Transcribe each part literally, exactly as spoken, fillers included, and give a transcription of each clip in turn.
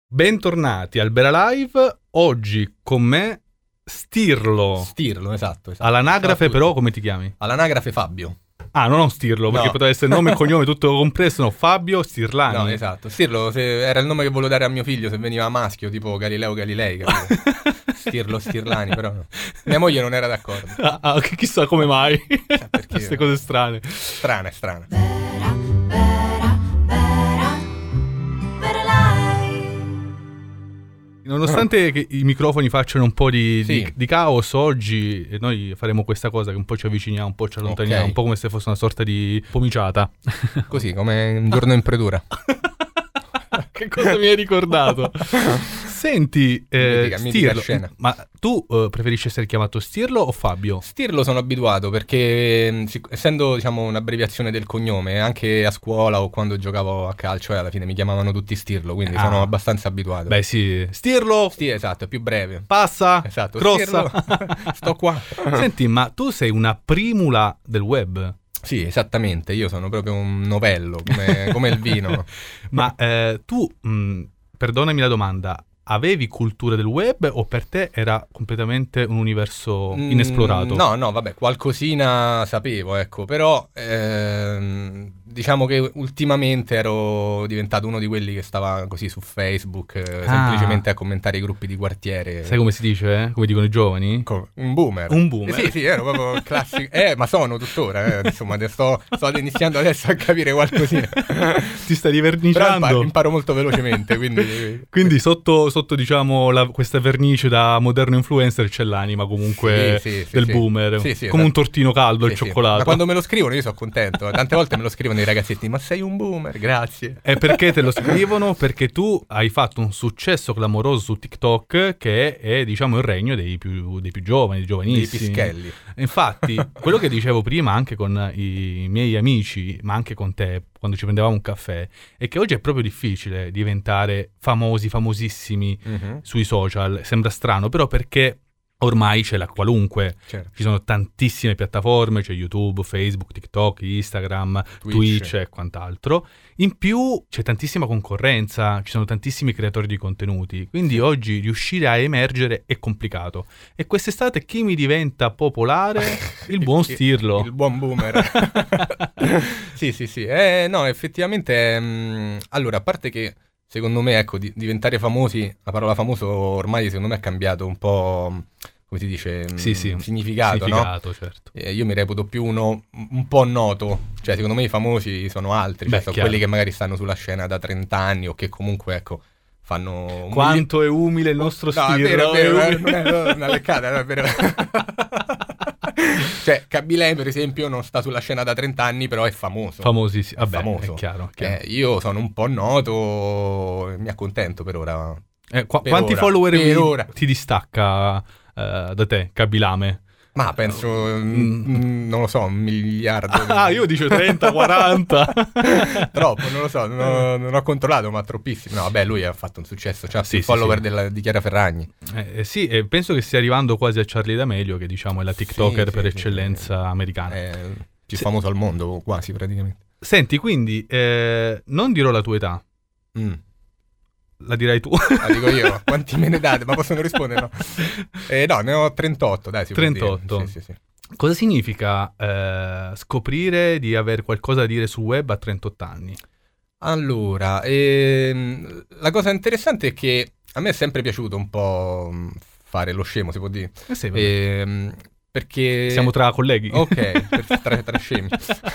Bentornati al Bera Live, oggi con me Stirlo. Stirlo, esatto. esatto. All'anagrafe però come ti chiami? All'anagrafe Fabio. Ah, non ho Stirlo, perché No. poteva essere nome e cognome tutto compresso, no, Fabio Stirlani. No, esatto. Stirlo se era il nome che volevo dare a mio figlio se veniva maschio, tipo Galileo Galilei, capito? Stirlo Stirlani, però no. Mia moglie non era d'accordo. Ah, ah, che chissà come mai. Eh, perché- Queste cose strane. Strana, è strana. Bera, bera, bera, bera live. Nonostante che i microfoni facciano un po' di, Sì. di, di caos, oggi noi faremo questa cosa che un po' ci avviciniamo, un po' ci allontaniamo, Ok. un po' come se fosse una sorta di pomiciata. Così, come un giorno in predura. Che cosa mi hai ricordato? Senti, eh, Mitica, mitica Stirlo, scena. ma tu eh, preferisci essere chiamato Stirlo o Fabio? Stirlo sono abituato perché mh, sic- essendo diciamo un'abbreviazione del cognome, anche a scuola o quando giocavo a calcio, eh, alla fine mi chiamavano tutti Stirlo, quindi Ah. sono abbastanza abituato. Beh sì, Stirlo, Sì, esatto, è più breve. passa, Esatto, crossa. Stirlo, sto qua. Senti, ma tu sei una primula del web, Sì, esattamente, io sono proprio un novello, come, come il vino. ma eh, tu, mh, perdonami la domanda, avevi cultura del web o per te era completamente un universo Mm, inesplorato? No, no, vabbè, qualcosina sapevo, ecco, però ehm, diciamo che ultimamente ero diventato uno di quelli che stava così su Facebook, eh, Ah. semplicemente a commentare i gruppi di quartiere. Sai come si dice, eh? Come dicono i giovani? Co- Un boomer. Un boomer. Eh, sì, sì, ero proprio il classico. Eh, ma sono tuttora, eh, insomma, adesso sto, sto iniziando adesso a capire qualcosina. Ti stai Però riverniciando? imparo, imparo molto velocemente, quindi... Quindi sotto, sotto diciamo, la- questa vernice da moderno influencer c'è l'anima comunque Sì, sì, sì, del sì. boomer. Sì, sì, come un esatto. tortino caldo, Sì, il sì. cioccolato. Ma quando me lo scrivono io sono contento. Tante volte me lo scrivono i ragazzetti, ma sei un boomer, grazie. E perché te lo scrivono? Perché tu hai fatto un successo clamoroso su TikTok che è, diciamo, il regno dei più, dei più giovani, dei Dei giovanissimi. pischelli. Infatti, quello che dicevo prima anche con i miei amici, ma anche con te, quando ci prendevamo un caffè, è che oggi è proprio difficile diventare famosi, famosissimi Mhm, sui social. Sembra strano, però perché ormai c'è la qualunque. certo. Ci sono tantissime piattaforme, c'è YouTube, Facebook, TikTok, Instagram, Twitch. Twitch e quant'altro. In più c'è tantissima concorrenza, ci sono tantissimi creatori di contenuti, quindi oggi riuscire a emergere è complicato. E quest'estate chi mi diventa popolare? Il buon Stirlo. Il buon boomer. Sì, sì, sì. Eh, no, effettivamente... mh, allora, a parte che... Secondo me, ecco, di- diventare famosi, la parola famoso ormai secondo me ha cambiato un po', come si dice, mh, Sì, sì, significato, no? significato, certo. Eh, io mi reputo più uno un po' noto, cioè secondo me i famosi sono altri, cioè Beh, sono chiaro. quelli che magari stanno sulla scena da trenta anni o che comunque, ecco, fanno... un Quanto è umile il nostro No, è Stirlo. vero, è vero, è eh, umile. non è una leccata, no, è vero. Cioè, Kabilei, per esempio, non sta sulla scena da trenta anni, però è famoso. Famosissimo, È vabbè, famoso. è chiaro. è chiaro. Eh, io sono un po' noto, mi accontento per ora. Eh, qua- per quanti ora, follower per vi- ora. ti distacca eh, da te, Kabilame? Ma penso, Mm. mm, non lo so, un miliardo. Ah, io dico trenta, quaranta. Troppo, non lo so, non ho, non ho controllato, ma troppissimo. No, vabbè, lui ha fatto un successo, c'ha Sì, più sì, follower sì. della- di Chiara Ferragni. Eh, eh, sì, e penso che stia arrivando quasi a Charlie D'Amelio, che diciamo è la TikToker Sì, per sì, eccellenza americana. È più Sì. famoso al mondo, quasi praticamente. Senti, quindi, eh, non dirò la tua età, Mm. la dirai tu. La dico io, quanti me ne date? Ma possono rispondere? No, eh, no ne ho trentotto, dai, si può dire. trentotto. Sì, sì, sì. Cosa significa eh, scoprire di avere qualcosa da dire sul web a trentotto anni? Allora, ehm, la cosa interessante è che a me è sempre piaciuto un po' mh, fare lo scemo, si può dire. Eh sì, vabbè. Ehm, perché... Siamo tra colleghi. Ok, per- tra, tra scemi.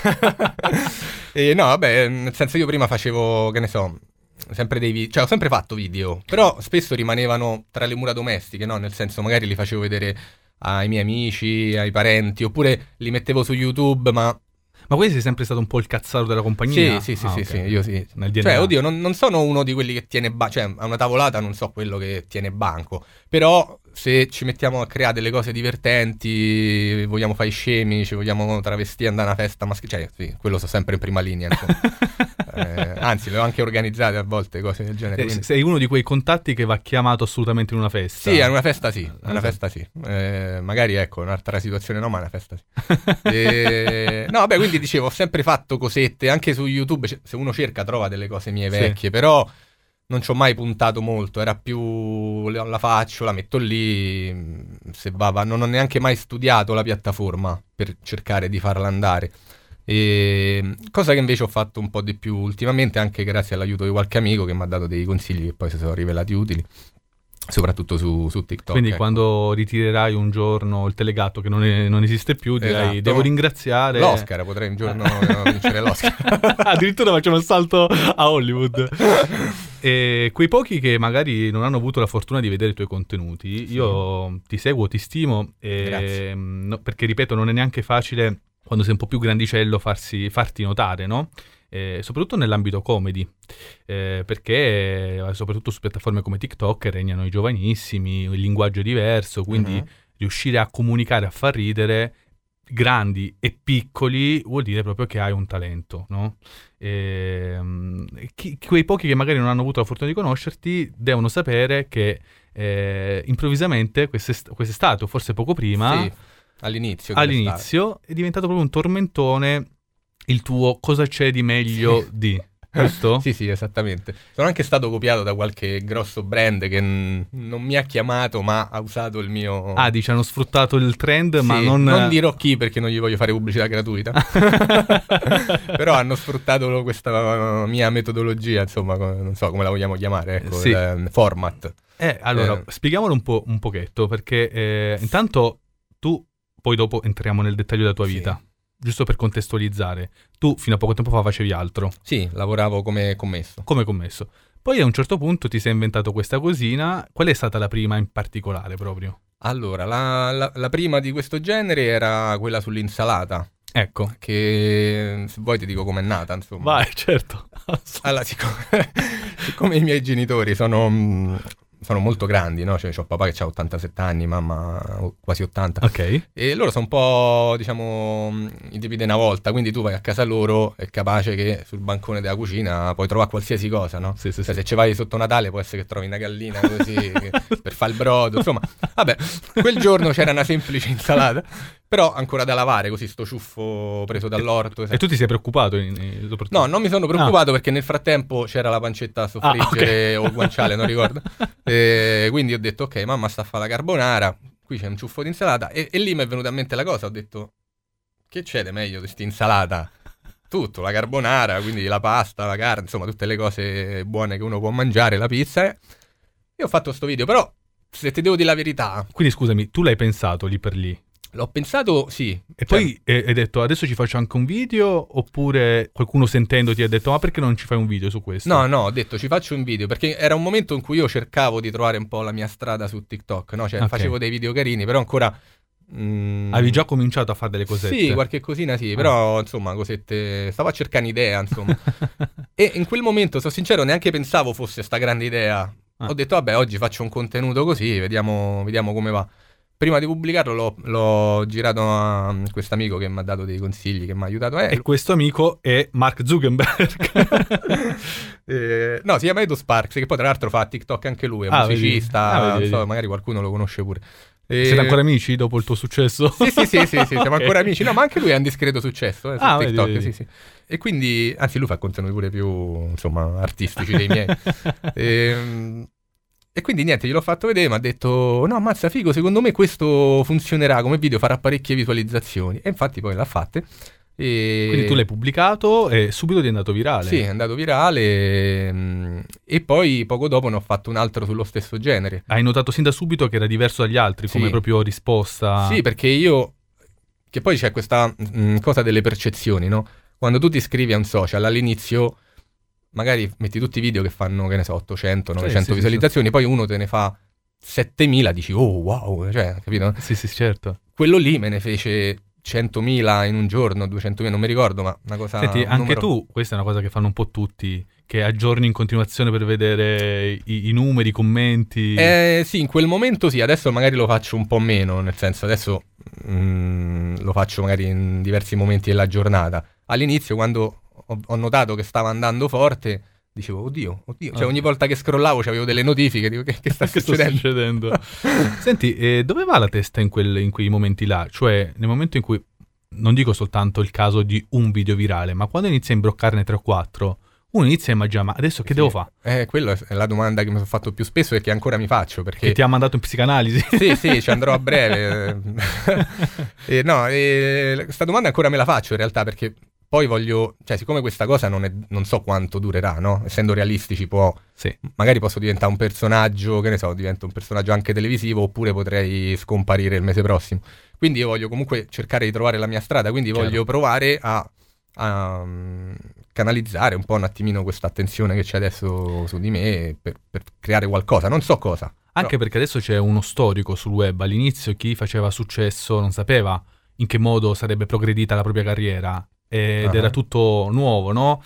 E no, vabbè, nel senso io prima facevo, che ne so, sempre dei video, cioè ho sempre fatto video, però spesso rimanevano tra le mura domestiche, no? Nel senso magari li facevo vedere ai miei amici, ai parenti, oppure li mettevo su YouTube, ma... Ma questo sei sempre stato un po' il cazzaro della compagnia? Sì, sì, sì, Ah, sì, ok. sì, io sì. Nel D N A. Cioè, oddio, non, non sono uno di quelli che tiene banco, cioè a una tavolata non so quello che tiene banco, però se ci mettiamo a creare delle cose divertenti, vogliamo fare i scemi, ci vogliamo travestire, andare a una festa maschile, cioè sì, quello sto sempre in prima linea, insomma. Eh, anzi, le ho anche organizzate a volte, cose del genere. Eh, quindi- sei uno di quei contatti che va chiamato assolutamente in una festa. Sì, a una festa sì, a una Esatto. festa sì. Eh, magari ecco, un'altra situazione no, ma a una festa sì. E... No, vabbè, quindi dicevo, ho sempre fatto cosette, anche su YouTube, c- se uno cerca trova delle cose mie Sì. vecchie, però non ci ho mai puntato molto, era più la la faccio, la metto lì, se va, va. Non ho neanche mai studiato la piattaforma per cercare di farla andare. E, cosa che invece ho fatto un po' di più ultimamente, anche grazie all'aiuto di qualche amico che mi ha dato dei consigli che poi si sono rivelati utili, soprattutto su, su TikTok. Quindi ecco. quando ritirerai un giorno il telegatto che non, è- non esiste più, dirai Esatto. devo ringraziare L'Oscar, potrei un giorno eh, vincere l'Oscar. Addirittura facciamo il salto a Hollywood. E quei pochi che magari non hanno avuto la fortuna di vedere i tuoi contenuti, io ti seguo, ti stimo, e, Grazie. mm, no, perché ripeto, non è neanche facile quando sei un po' più grandicello farsi, farti notare, no? Eh, soprattutto nell'ambito comedy, eh, perché eh, soprattutto su piattaforme come TikTok regnano i giovanissimi, il linguaggio è diverso, quindi Mhm. riuscire a comunicare, a far ridere grandi e piccoli vuol dire proprio che hai un talento, no? E, mm, chi- quei pochi che magari non hanno avuto la fortuna di conoscerti devono sapere che eh, improvvisamente quest'est- quest'estate o forse poco prima, Sì, all'inizio. dell'estate. all'inizio, è diventato proprio un tormentone il tuo cosa c'è di meglio Sì. di, giusto? Sì, sì, esattamente. Sono anche stato copiato da qualche grosso brand che n- non mi ha chiamato, ma ha usato il mio... Ah, dici, hanno sfruttato il trend, ma Sì, non... dirò chi perché non gli voglio fare pubblicità gratuita. Però hanno sfruttato questa mia metodologia, insomma, co- non so come la vogliamo chiamare, ecco, Sì. il eh, format. Eh, allora, Eh. spieghiamolo un po', un pochetto, perché eh, intanto tu, poi dopo entriamo nel dettaglio della tua Sì. vita, giusto per contestualizzare. Tu fino a poco tempo fa facevi altro, Sì, lavoravo come commesso. come commesso. Poi a un certo punto ti sei inventato questa cosina. Qual è stata la prima in particolare proprio? Allora, la, la- la prima di questo genere era quella sull'insalata, Ecco. che se vuoi ti dico com'è nata, insomma. Vai, certo. Allora, siccome, siccome i miei genitori sono, mh, sono molto grandi, no? Cioè, c'ho papà che ha ottantasette anni, mamma quasi ottanta. Ok. E loro sono un po', diciamo, mh, i tipi di una volta, quindi tu vai a casa loro, è capace che sul bancone della cucina puoi trovare qualsiasi cosa, no? Sì, sì, Cioè, sì. se ci vai sotto Natale può essere che trovi una gallina così che- per fare il brodo, insomma. Vabbè, quel giorno c'era una semplice insalata, però ancora da lavare, così sto ciuffo preso dall'orto. E tu ti sei preoccupato? In, in- soprattutto? No, non mi sono preoccupato perché nel frattempo c'era la pancetta a soffriggere Ah, ok. o il guanciale, non ricordo. E quindi ho detto, ok, mamma sta a fare la carbonara, qui c'è un ciuffo di insalata. E, e lì mi è venuta in mente la cosa, ho detto, che c'è di meglio di questa insalata? Tutto, la carbonara, quindi la pasta, la carne, insomma tutte le cose buone che uno può mangiare, la pizza. eh. Io ho fatto sto video, però se ti devo dire la verità, Quindi scusami, tu l'hai pensato lì per lì? l'ho pensato, sì. E Cioè, poi eh, hai detto adesso ci faccio anche un video, oppure qualcuno sentendoti ha detto ma perché non ci fai un video su questo? No, no, ho detto ci faccio un video perché era un momento in cui io cercavo di trovare un po' la mia strada su TikTok, no? Cioè Ok. facevo dei video carini, però ancora... mm, Avevi già cominciato a fare delle cosette? Sì, qualche cosina sì, Ah. però insomma cosette... Stavo a cercare un'idea, insomma. E in quel momento, sono sincero, neanche pensavo fosse sta grande idea. Ah. Ho detto vabbè, oggi faccio un contenuto così, vediamo, vediamo come va. Prima di pubblicarlo l'ho, l'ho girato a questo amico che mi ha dato dei consigli, che mi ha aiutato. Eh, E questo amico è Mark Zuckerberg. Eh, no, si chiama Edo Sparks, che poi tra l'altro fa TikTok anche lui, è Ah, vedi. musicista, Ah, vedi, non so, vedi. magari qualcuno lo conosce pure. Eh, Siete ancora amici dopo il tuo successo? Sì, sì, sì, sì, sì, siamo Ok. ancora amici. No, ma anche lui ha un discreto successo eh, su Ah, vedi, TikTok, vedi. sì, sì. E quindi, anzi, lui fa contenuti pure più, insomma, artistici dei miei. Ehm, E quindi niente, gliel'ho fatto vedere, mi ha detto, no, ammazza figo, secondo me questo funzionerà come video, farà parecchie visualizzazioni. E infatti poi l'ha fatte. E... Quindi tu l'hai pubblicato e subito è andato virale. Sì, è andato virale mm, e poi poco dopo ne ho fatto un altro sullo stesso genere. Hai notato sin da subito che era diverso dagli altri, come Sì. proprio risposta? Sì, perché io... Che poi c'è questa mm, cosa delle percezioni, no? Quando tu ti iscrivi a un social, all'inizio magari metti tutti i video che fanno, che ne so, ottocento, novecento sì, sì, visualizzazioni, poi uno te ne fa settemila, dici, oh wow, cioè, capito? Sì, sì, certo. Quello lì me ne fece centomila in un giorno, duecentomila, non mi ricordo, ma una cosa... Senti, un anche numero- tu, questa è una cosa che fanno un po' tutti, che aggiorni in continuazione per vedere i, i numeri, i commenti. Eh, sì, in quel momento sì, adesso magari lo faccio un po' meno, nel senso adesso mm, lo faccio magari in diversi momenti della giornata. All'inizio, quando ho, ho notato che stava andando forte, dicevo, oddio, oddio, cioè Ok. ogni volta che scrollavo c'avevo delle notifiche, dico, che, che sta Che sta succedendo? succedendo? Senti, eh, dove va la testa in, quel- in quei momenti là? Cioè, nel momento in cui, non dico soltanto il caso di un video virale, ma quando inizi a imbroccarne tre o quattro, uno inizia a immaginare, ma adesso che Sì. devo fare? Eh, quella è la domanda che mi sono fatto più spesso e che ancora mi faccio, perché Che ti ha mandato in psicanalisi? sì, sì, ci andrò a breve. e no, e questa domanda ancora me la faccio in realtà, perché poi voglio, cioè siccome questa cosa non, è, non so quanto durerà, no? Essendo realistici può, Sì. magari posso diventare un personaggio, che ne so, divento un personaggio anche televisivo, oppure potrei scomparire il mese prossimo. Quindi io voglio comunque cercare di trovare la mia strada, quindi Chiaro. voglio provare a, a um, canalizzare un po' un attimino questa attenzione che c'è adesso su di me per, per creare qualcosa, non so cosa. Anche però- perché adesso c'è uno storico sul web. All'inizio chi faceva successo non sapeva in che modo sarebbe progredita la propria carriera. Ed Ah. era tutto nuovo, no?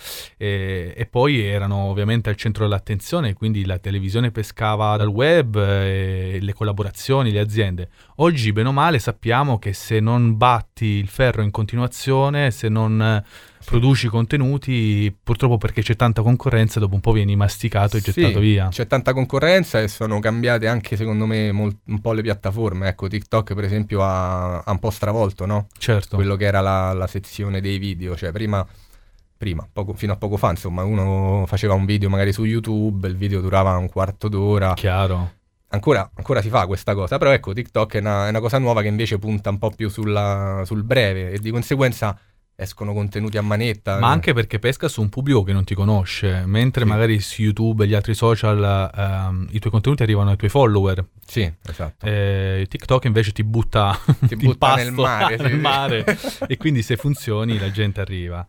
E, e poi erano ovviamente al centro dell'attenzione, quindi la televisione pescava dal web, e le collaborazioni, le aziende. Oggi, bene o male, sappiamo che se non batti il ferro in continuazione, se non eh, produci contenuti, purtroppo perché c'è tanta concorrenza, dopo un po' vieni masticato e Sì, gettato via. c'è tanta concorrenza e sono cambiate anche secondo me mol- un po' le piattaforme. Ecco, TikTok per esempio ha, ha un po' stravolto, no? Certo. Quello che era la, la sezione dei video, cioè prima, prima poco- fino a poco fa, insomma, uno faceva un video magari su YouTube, il video durava un quarto d'ora. Chiaro. Ancora, ancora si fa questa cosa, però ecco, TikTok è una, è una cosa nuova che invece punta un po' più sulla- sul breve e di conseguenza escono contenuti a manetta. Ma anche perché pesca su un pubblico che non ti conosce, mentre Sì. magari su YouTube e gli altri social ehm, i tuoi contenuti arrivano ai tuoi follower. Sì, esatto. Eh, TikTok invece ti butta, Ti in butta pasto, nel mare, sì, nel sì. mare. E quindi se funzioni la gente arriva.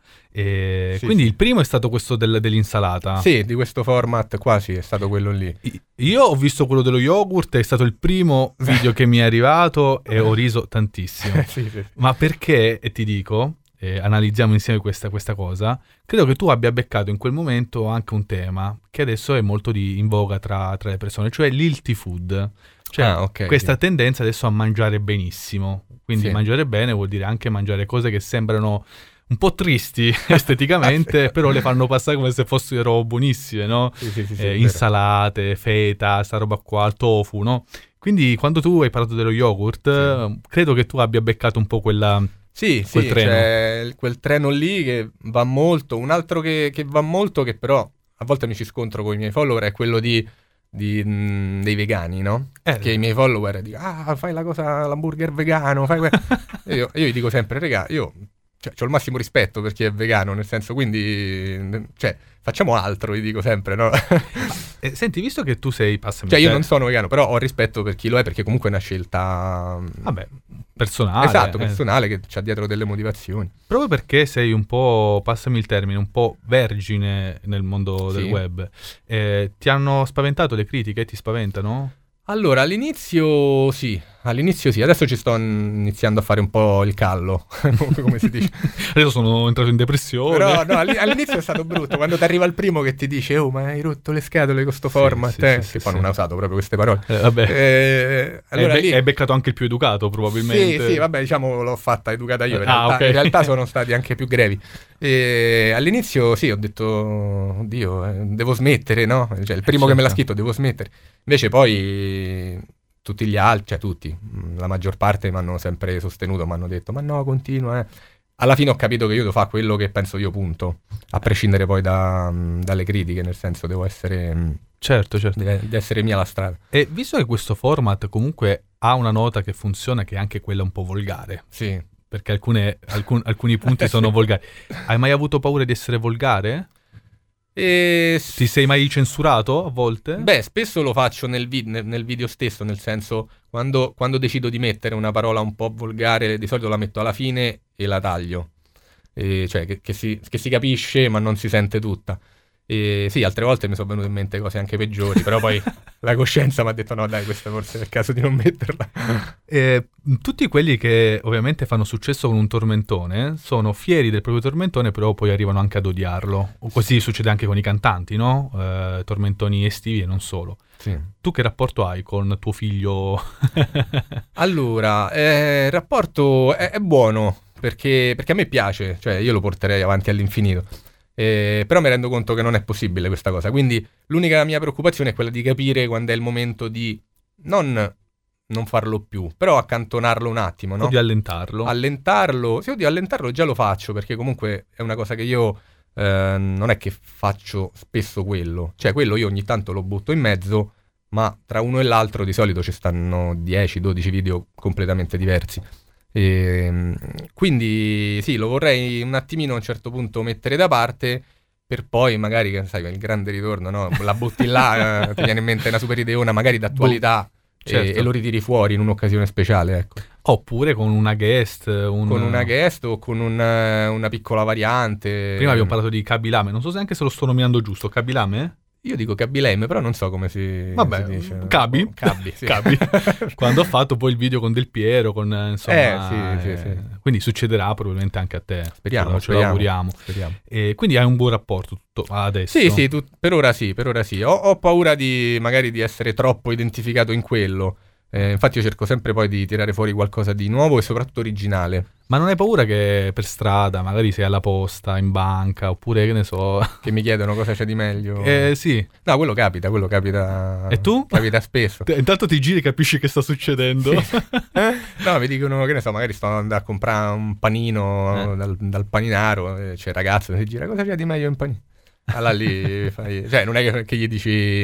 E Sì, quindi sì. il primo è stato questo del- dell'insalata. Sì, di questo format qua sì, è stato quello lì. I- Io ho visto quello dello yogurt, è stato il primo video che mi è arrivato e ho riso tantissimo. sì, sì. Ma perché, e ti dico, eh, analizziamo insieme questa, questa cosa, credo che tu abbia beccato in quel momento anche un tema che adesso è molto di, in voga tra, tra le persone, cioè l'healthy food. Cioè Ah, ok, questa sì. tendenza adesso a mangiare benissimo. Quindi Sì. mangiare bene vuol dire anche mangiare cose che sembrano un po' tristi esteticamente, Ah, sì. però le fanno passare come se fossero buonissime, no? Sì, sì, sì, sì, Eh, è vero. insalate, feta, sta roba qua, il tofu, no? Quindi quando tu hai parlato dello yogurt, eh, credo che tu abbia beccato un po' quella... Sì, quel sì, treno. c'è il- quel treno lì che va molto. Un altro che, che va molto, che però a volte mi ci scontro con i miei follower, è quello di, di, mh, dei vegani, no? Eh. Che i miei follower dicono, ah, fai la cosa, l'hamburger vegano, fai que-". E io, io gli dico sempre, regà, io cioè, ho il massimo rispetto per chi è vegano, nel senso, quindi, cioè, facciamo altro, gli dico sempre, no? Eh, senti, visto che tu sei, passami Cioè, io te- non sono vegano, però ho rispetto per chi lo è, perché comunque è una scelta... mh, Vabbè, personale. esatto, eh. personale, che c'ha dietro delle motivazioni. Proprio perché sei un po', passami il termine, un po' vergine nel mondo del Sì. web, eh, ti hanno spaventato le critiche? Ti spaventano? Allora, all'inizio sì, all'inizio sì, adesso ci sto n- iniziando a fare un po' il callo, come si dice. Adesso sono entrato in depressione. Però no, all'i- all'inizio è stato brutto, quando ti arriva il primo che ti dice oh ma hai rotto le scatole con sto Sì, format, sì, eh", sì, che sì, poi sì. non ha usato proprio queste parole. Eh, vabbè. Eh, allora hai, be- lì... hai beccato anche il più educato, probabilmente. Sì, sì, vabbè, diciamo l'ho fatta educata io, in Ah, realtà, ok. in realtà sono stati anche più grevi. E all'inizio sì, ho detto, oddio, eh, devo smettere, no? Cioè il primo che me l'ha certo. scritto, devo smettere. Invece poi tutti gli altri, cioè tutti, mh, la maggior parte mi hanno sempre sostenuto, mi hanno detto, ma no, continua, eh. Alla fine ho capito che io devo fare quello che penso io, punto, a prescindere poi da, mh, dalle critiche, nel senso devo essere, mh, Certo, certo. deve, deve essere mia la strada. E visto che questo format comunque ha una nota che funziona, che è anche quella un po' volgare, Sì. perché alcune- alcun- alcuni punti sono Sì. volgari. Hai mai avuto paura di essere volgare? E Ti sei mai censurato a volte? Beh, spesso lo faccio nel, vid- nel- nel video stesso, nel senso, quando, quando decido di mettere una parola un po' volgare, di solito la metto alla fine e la taglio. E cioè, che, che si, che si capisce, ma non si sente tutta. E sì, altre volte mi sono venute in mente cose anche peggiori, però poi la coscienza mi ha detto no, dai, questa forse è il caso di non metterla. Eh, tutti quelli che ovviamente fanno successo con un tormentone sono fieri del proprio tormentone, però poi arrivano anche ad odiarlo. O così succede anche con i cantanti, no? Eh, tormentoni estivi e non solo. Sì. Tu che rapporto hai con tuo figlio? Allora, eh, il rapporto è, è buono, perché, perché a me piace, cioè io lo porterei avanti all'infinito. Eh, però mi rendo conto che non è possibile questa cosa, quindi l'unica mia preoccupazione è quella di capire quando è il momento di non, non farlo più, però accantonarlo un attimo, no? O di allentarlo? Allentarlo, sì, oddio, allentarlo già lo faccio, perché comunque è una cosa che io eh, non è che faccio spesso quello. Cioè quello io ogni tanto lo butto in mezzo, ma tra uno e l'altro di solito ci stanno dieci dodici video completamente diversi. E, quindi sì, lo vorrei un attimino a un certo punto mettere da parte, per poi magari, sai, il grande ritorno, no? La butti là, eh, ti viene in mente una super ideona magari d'attualità, certo. e, e lo ritiri fuori in un'occasione speciale, ecco. Oppure con una guest. Un... Con una guest o con una, una piccola variante. Prima abbiamo parlato di Kabilame, non so se anche se lo sto nominando giusto. Kabilame? Io dico Kabilame, però non so come si, Vabbè, si dice. Kabi. Oh, Kabi, sì. Kabi. Quando ho fatto poi il video con Del Piero, con insomma... Eh, sì, eh, sì, sì. Quindi succederà probabilmente anche a te. Speriamo, ce lo, speriamo, ce lo auguriamo. speriamo. E quindi hai un buon rapporto tutto adesso? Sì, sì, tu, per ora sì, per ora sì. Ho, ho paura di magari di essere troppo identificato in quello. Eh, infatti io cerco sempre poi di tirare fuori qualcosa di nuovo e soprattutto originale. Ma non hai paura che per strada, magari sei alla posta, in banca, oppure che ne so... Che mi chiedono cosa c'è di meglio. Eh sì. No, quello capita, quello capita. E tu? Capita spesso. T- Intanto ti giri e capisci che sta succedendo. Sì. No, mi dicono, che ne so, magari sto andando a comprare un panino Eh. dal, dal paninaro, e c'è il ragazzo che si gira, cosa c'è di meglio in panino? Allora lì fai... Cioè, non è che, che gli dici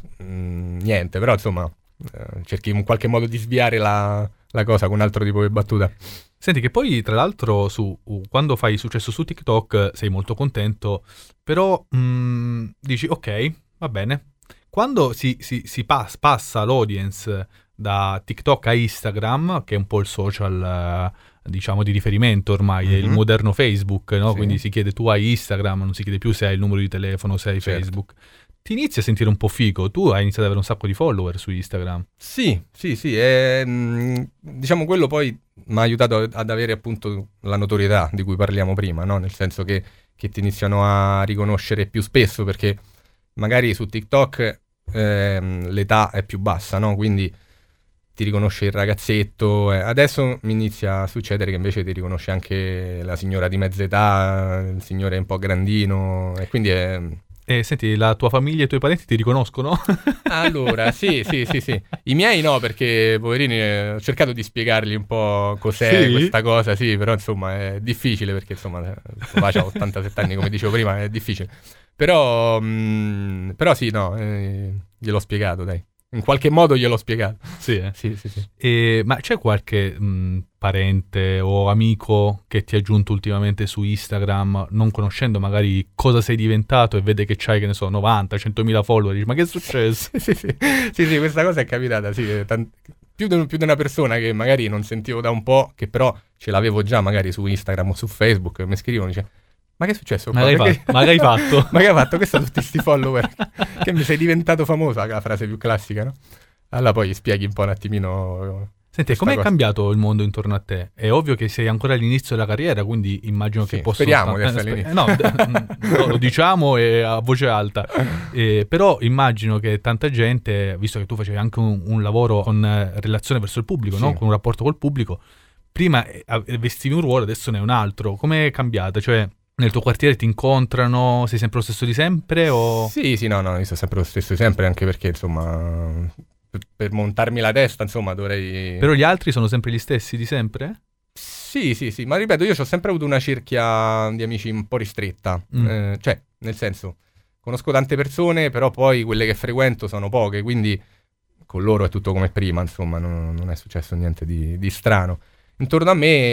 mm, niente, però insomma... Uh, cerchi in qualche modo di sviare la, la cosa con un altro tipo di battuta. Senti che poi tra l'altro su, uh, quando fai successo su TikTok sei molto contento, però mh, dici ok, va bene. Quando si, si, si pass, passa l'audience da TikTok a Instagram, che è un po' il social uh, diciamo di riferimento ormai, Mm-hmm. è il moderno Facebook, no? Sì. Quindi si chiede tu hai Instagram, non si chiede più se hai il numero di telefono, se hai Certo. Facebook. Ti inizi a sentire un po' figo, tu hai iniziato ad avere un sacco di follower su Instagram. Sì, sì, sì, e, mh, diciamo quello poi mi ha aiutato ad avere appunto la notorietà di cui parliamo prima, no? Nel senso che, che ti iniziano a riconoscere più spesso, perché magari su TikTok ehm, l'età è più bassa, no? Quindi ti riconosce il ragazzetto. eh. Adesso mi inizia a succedere che invece ti riconosce anche la signora di mezza età, il signore un po' grandino, e quindi è... E senti, la tua famiglia e i tuoi parenti ti riconoscono? Allora, sì, sì, sì, sì. I miei no, perché poverini eh, ho cercato di spiegargli un po' cos'è Sì? questa cosa, sì, però insomma è difficile perché insomma papà c'ha ottantasette anni, come dicevo prima, è difficile. Però, mh, però sì, no, eh, gliel'ho spiegato, dai. In qualche modo gliel'ho spiegato. Sì, eh. Sì, sì, sì. E, ma c'è qualche mh, parente o amico che ti ha aggiunto ultimamente su Instagram, non conoscendo magari cosa sei diventato e vede che c'hai, che ne so, novanta, centomila follower, dici, ma che è successo? sì, sì, sì, sì, questa cosa è capitata, sì, tant- più, di, più di una persona che magari non sentivo da un po', che però ce l'avevo già magari su Instagram o su Facebook, mi scrivono, dice, ma che è successo Ma qua? che hai Perché- fatto? Ma che hai fatto? Ma che hai fatto? Che sono tutti sti follower? Che mi sei diventato famoso, la frase più classica, no? Allora poi spieghi un po' un attimino... Senti, questa com'è cosa. cambiato il mondo intorno a te? È ovvio che sei ancora all'inizio della carriera, quindi immagino Sì, che possa... speriamo di essere all'inizio. No, d- no, lo diciamo e a voce alta. Eh, però immagino che tanta gente, visto che tu facevi anche un, un lavoro con eh, relazione verso il pubblico, Sì. no? Con un rapporto col pubblico, prima eh, ave- vestivi un ruolo, adesso ne è un altro. Com'è cambiata? Cioè, nel tuo quartiere ti incontrano, sei sempre lo stesso di sempre o... Sì, sì, no, no, io sono sempre lo stesso di sempre, anche perché, insomma, per, per montarmi la testa, insomma, dovrei... Però gli altri sono sempre gli stessi di sempre? Sì, sì, sì, ma ripeto, io ho sempre avuto una cerchia di amici un po' ristretta, Mm. eh, cioè, nel senso, conosco tante persone, però poi quelle che frequento sono poche, quindi con loro è tutto come prima, insomma, non, non è successo niente di, di strano. Intorno a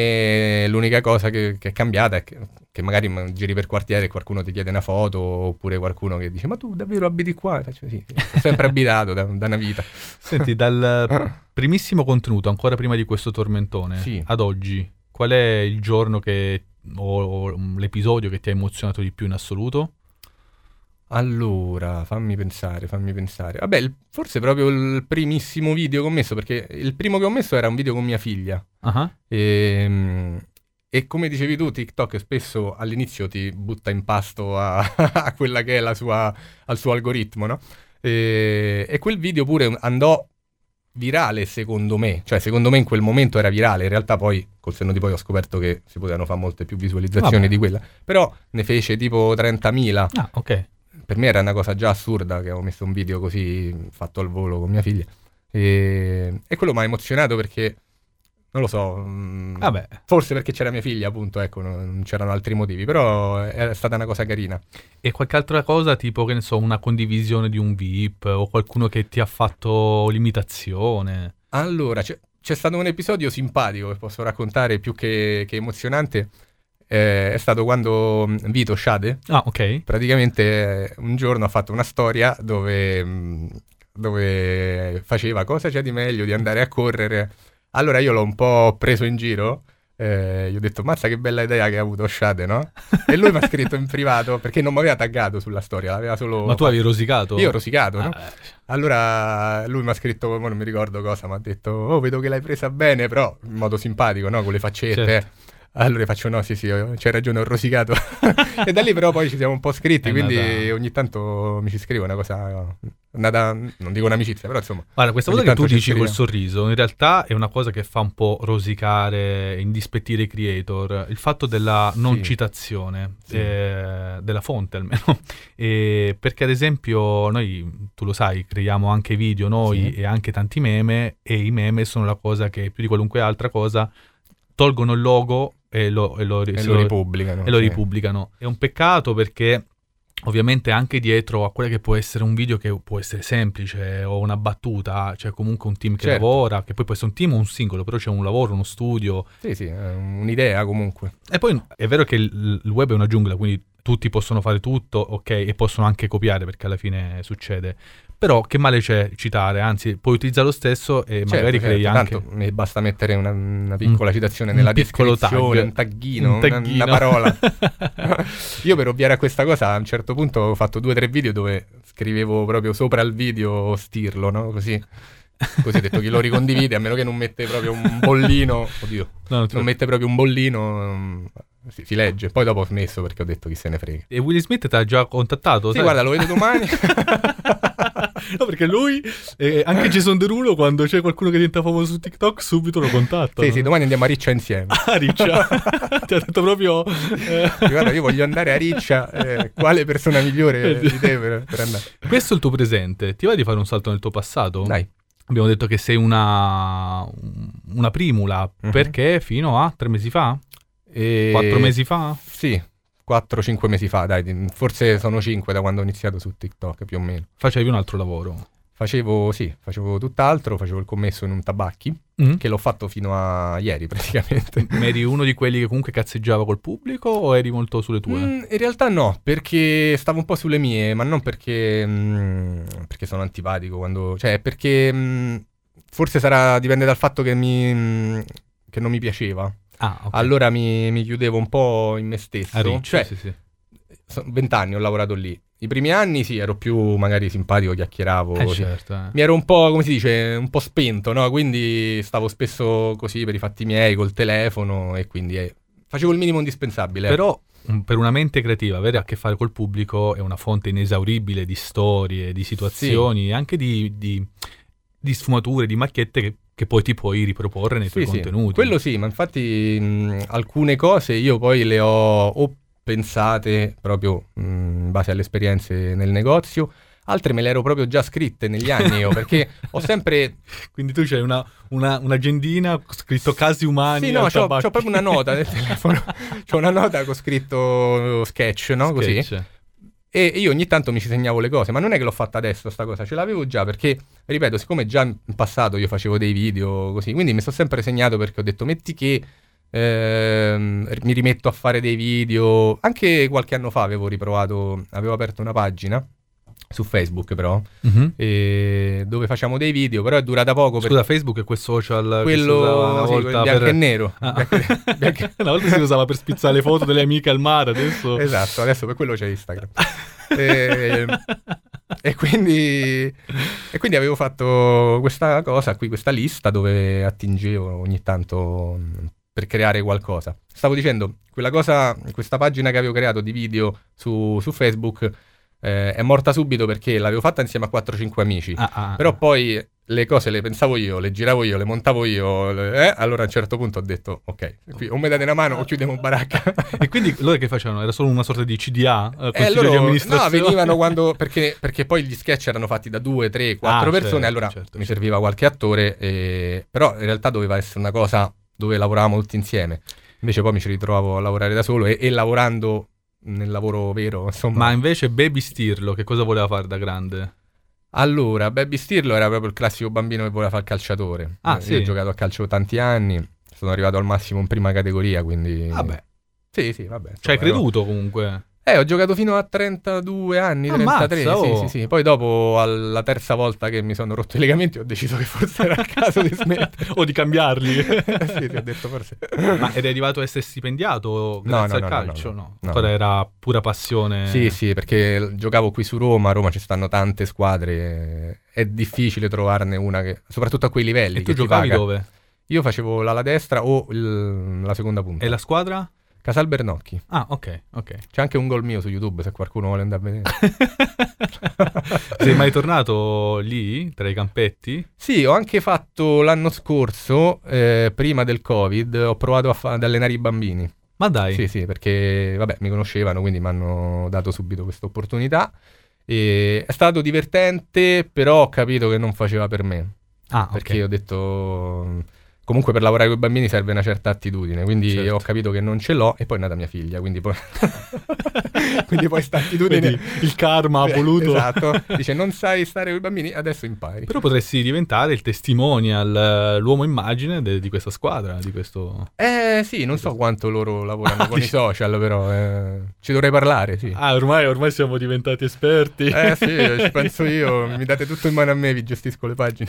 me l'unica cosa che, che è cambiata è che, che magari m- giri per quartiere e qualcuno ti chiede una foto, oppure qualcuno che dice, ma tu davvero abiti qua? E faccio, sì, sì, ho sempre abitato da, da una vita. Senti, dal primissimo contenuto, ancora prima di questo tormentone, Sì. ad oggi, qual è il giorno che o, o l'episodio che ti ha emozionato di più in assoluto? Allora, fammi pensare, fammi pensare. Vabbè, il- forse proprio il primissimo video che ho messo, perché il primo che ho messo era un video con mia figlia. Ah, E, e come dicevi tu, TikTok spesso all'inizio ti butta in pasto a, a quella che è la sua, al suo algoritmo, no? E, e quel video pure andò virale secondo me, cioè secondo me in quel momento era virale, in realtà poi col senno di poi ho scoperto che si potevano fare molte più visualizzazioni Vabbè. di quella, però ne fece tipo trentamila. ah, ok. Per me era una cosa già assurda che avevo messo un video così fatto al volo con mia figlia, e, e quello mi ha emozionato perché Non lo so, mh, Vabbè. forse perché c'era mia figlia, appunto, ecco, non non c'erano altri motivi, però è stata una cosa carina. E qualche altra cosa, tipo, che ne so, una condivisione di un V I P o qualcuno che ti ha fatto l'imitazione? Allora, c'è, c'è stato un episodio simpatico che posso raccontare, più che, che emozionante, eh, è stato quando mh, Vito Sciade, Ah, ok. praticamente eh, un giorno ha fatto una storia dove, mh, dove faceva cosa c'è di meglio di andare a correre. Allora io l'ho un po' preso in giro, eh, gli ho detto mazza che bella idea che ha avuto Sciade, no? E lui mi ha scritto in privato, perché non mi aveva taggato sulla storia, l'aveva solo... Ma tu avevi rosicato? Io ho rosicato, no? Ah, Allora lui mi ha scritto, ma non mi ricordo cosa, mi ha detto oh vedo che l'hai presa bene, però in modo simpatico, no? Con le faccette. Certo. Allora faccio no, sì sì, ho- c'hai ragione, ho rosicato. E da lì però poi ci siamo un po' scritti, È quindi nata- ogni tanto mi ci scrivo, una cosa, nata, non dico un'amicizia, però insomma. Guarda, questa ogni cosa che tu tanto ci dici col scriviamo. sorriso, in realtà è una cosa che fa un po' rosicare, indispettire i creator. Il fatto della non Sì. citazione, Sì. eh, della fonte almeno. E perché ad esempio noi, tu lo sai, creiamo anche video noi Sì. e anche tanti meme, e i meme sono la cosa che più di qualunque altra cosa tolgono il logo e lo, e lo, E se lo ripubblicano. e lo sì. ripubblicano. È un peccato perché ovviamente anche dietro a quella che può essere un video che può essere semplice o una battuta, c'è comunque un team che Certo. lavora, che poi può essere un team o un singolo, però c'è un lavoro, uno studio. Sì, sì, è un'idea comunque. E poi è vero che il, il web è una giungla, quindi tutti possono fare tutto, ok, e possono anche copiare perché alla fine succede. Però che male c'è citare, anzi puoi utilizzare lo stesso e Certo, magari certo, crei anche... tanto mi basta mettere una, una piccola Un- citazione un nella piccolo descrizione, tag. un taggino, Un una- taggino. Una, parola. Io per ovviare a questa cosa a un certo punto ho fatto due o tre video dove scrivevo proprio sopra il video stirlo, no? Così, così ho detto chi lo ricondivide, a meno che non mette proprio un bollino, oddio, No, non ti- non mette proprio un bollino, mm, si, si legge. Poi dopo ho smesso perché ho detto chi se ne frega. E Will Smith ti ha già contattato? Sì, sai? guarda, lo vedo domani. No, perché lui, eh, anche Jason Derulo, quando c'è qualcuno che diventa famoso su TikTok, subito lo contatta. Sì, no? sì, domani andiamo a Riccia insieme. Ah, Riccia. Ti ha detto proprio... eh, Guarda, io voglio andare a Riccia, eh, quale persona migliore di te per, per andare? Questo è il tuo presente. Ti va di fare un salto nel tuo passato? Dai. Abbiamo detto che sei una, una primula, Mhm. perché fino a tre mesi fa? E... Quattro mesi fa? Sì, quattro cinque mesi fa, dai, forse sono cinque da quando ho iniziato su TikTok, più o meno. Facevi un altro lavoro. Facevo, sì, facevo tutt'altro, facevo il commesso in un tabacchi, Mm? che l'ho fatto fino a ieri praticamente. Ma eri uno di quelli che comunque cazzeggiava col pubblico o eri molto sulle tue? Mm, in realtà no, perché stavo un po' sulle mie, ma non perché, mm, perché sono antipatico, quando, cioè perché mm, forse sarà, dipende dal fatto che, mi, mm, che non mi piaceva. Ah, ok. Allora mi, mi chiudevo un po' in me stesso. A Riccia, Cioè, sì, sì. so- vent'anni ho lavorato lì. I primi anni sì, ero più magari simpatico, chiacchieravo. Eh, così. certo. eh. Mi ero un po', come si dice, un po' spento, no? Quindi stavo spesso così per i fatti miei col telefono e quindi eh, facevo il minimo indispensabile. Però un- per una mente creativa avere a che fare col pubblico è una fonte inesauribile di storie, di situazioni, anche di, di- di sfumature, di macchiette che, che poi ti puoi riproporre nei tuoi Sì, sì, contenuti. quello sì, ma infatti mh, alcune cose io poi le ho o pensate proprio mh, in base alle esperienze nel negozio, altre me le ero proprio già scritte negli anni io, perché ho sempre... Quindi tu c'hai una, una, un'agendina con scritto casi umani. Sì, no, al c'ho, tabacchi. c'ho proprio una nota nel telefono, c'ho una nota con scritto sketch, no? Così. Sketch. E io ogni tanto mi ci segnavo le cose, ma non è che l'ho fatta adesso sta cosa, ce l'avevo già perché, ripeto, siccome già in passato io facevo dei video così, quindi mi sono sempre segnato perché ho detto metti che ehm, mi rimetto a fare dei video, anche qualche anno fa avevo riprovato, avevo aperto una pagina su Facebook però, Mhm. e dove facciamo dei video, però è durata poco perché Scusa, Facebook è quel social che si usava quello una sì, volta quel bianco per... e nero. Ah. Bianco- bianco- Una volta si usava per spizzare le foto delle amiche al mare, adesso... Esatto, adesso per quello c'è Instagram. e, e quindi e quindi avevo fatto questa cosa qui, questa lista dove attingevo ogni tanto mh, per creare qualcosa. Stavo dicendo, quella cosa, questa pagina che avevo creato di video su, su Facebook eh, è morta subito perché l'avevo fatta insieme a quattro cinque amici. Ah, ah, Però poi le cose le pensavo io, le giravo io, le montavo io, le- eh? Allora a un certo punto ho detto, ok, qui o mi date una mano o chiudiamo baracca. E quindi loro che facevano? Era solo una sorta di C D A? Eh, E consiglio di loro no, amministrazione? venivano quando perché, perché poi gli sketch erano fatti da due, tre, quattro Ah, persone, certo, allora certo, mi certo. serviva qualche attore, e- però in realtà doveva essere una cosa dove lavoravamo tutti insieme. Invece poi mi ci ritrovavo a lavorare da solo e, e lavorando nel lavoro vero, insomma. Ma invece Baby Stirlo, che cosa voleva fare da grande? Allora, Baby Stirlo era proprio il classico bambino che voleva fare il calciatore. Ah, Io sì? ho giocato a calcio tanti anni, sono arrivato al massimo in prima categoria, quindi... Vabbè, Sì, sì, vabbè. ci hai insomma, ero- creduto comunque. Eh, ho giocato fino a trentadue anni, Ammazza, trentatré, sì, oh. sì, sì. Poi dopo, alla terza volta che mi sono rotto i legamenti, ho deciso che forse era il caso di smettere. O di cambiarli. Sì, ti ho detto forse. Ma ed è arrivato a essere stipendiato No, grazie no, al no, no, calcio? no, No, no. ancora era pura passione. Sì, sì, perché giocavo qui su Roma, a Roma ci stanno tante squadre, è difficile trovarne una che, soprattutto a quei livelli. E tu che ti giocavi paga. dove? Io facevo l'ala destra o il- la seconda punta. E la squadra? Casal Bernocchi. Ah, ok, ok. C'è anche un gol mio su YouTube se qualcuno vuole andare a vedere. Sei mai tornato lì, tra i campetti? Sì, ho anche fatto l'anno scorso, eh, prima del Covid, ho provato a fa- ad allenare i bambini. Ma dai. Sì, sì, perché vabbè, mi conoscevano, quindi mi hanno dato subito questa opportunità. E è stato divertente, però ho capito che non faceva per me. Ah, Perché ok. ho detto... Comunque per lavorare con i bambini serve una certa attitudine, quindi Certo. ho capito che non ce l'ho e poi è nata mia figlia, quindi poi, quindi poi sta attitudine... Vedi, il karma ha voluto. Esatto, dice non sai stare con i bambini, adesso impari. Però potresti diventare il testimonial, eh, l'uomo immagine de- di questa squadra, di questo... Eh sì, non so quanto loro lavorano Ah, con i dici- social, però eh, ci dovrei parlare, sì. Ah, ormai, ormai siamo diventati esperti. Eh sì, ci penso io, mi date tutto in mano a me, vi gestisco le pagine.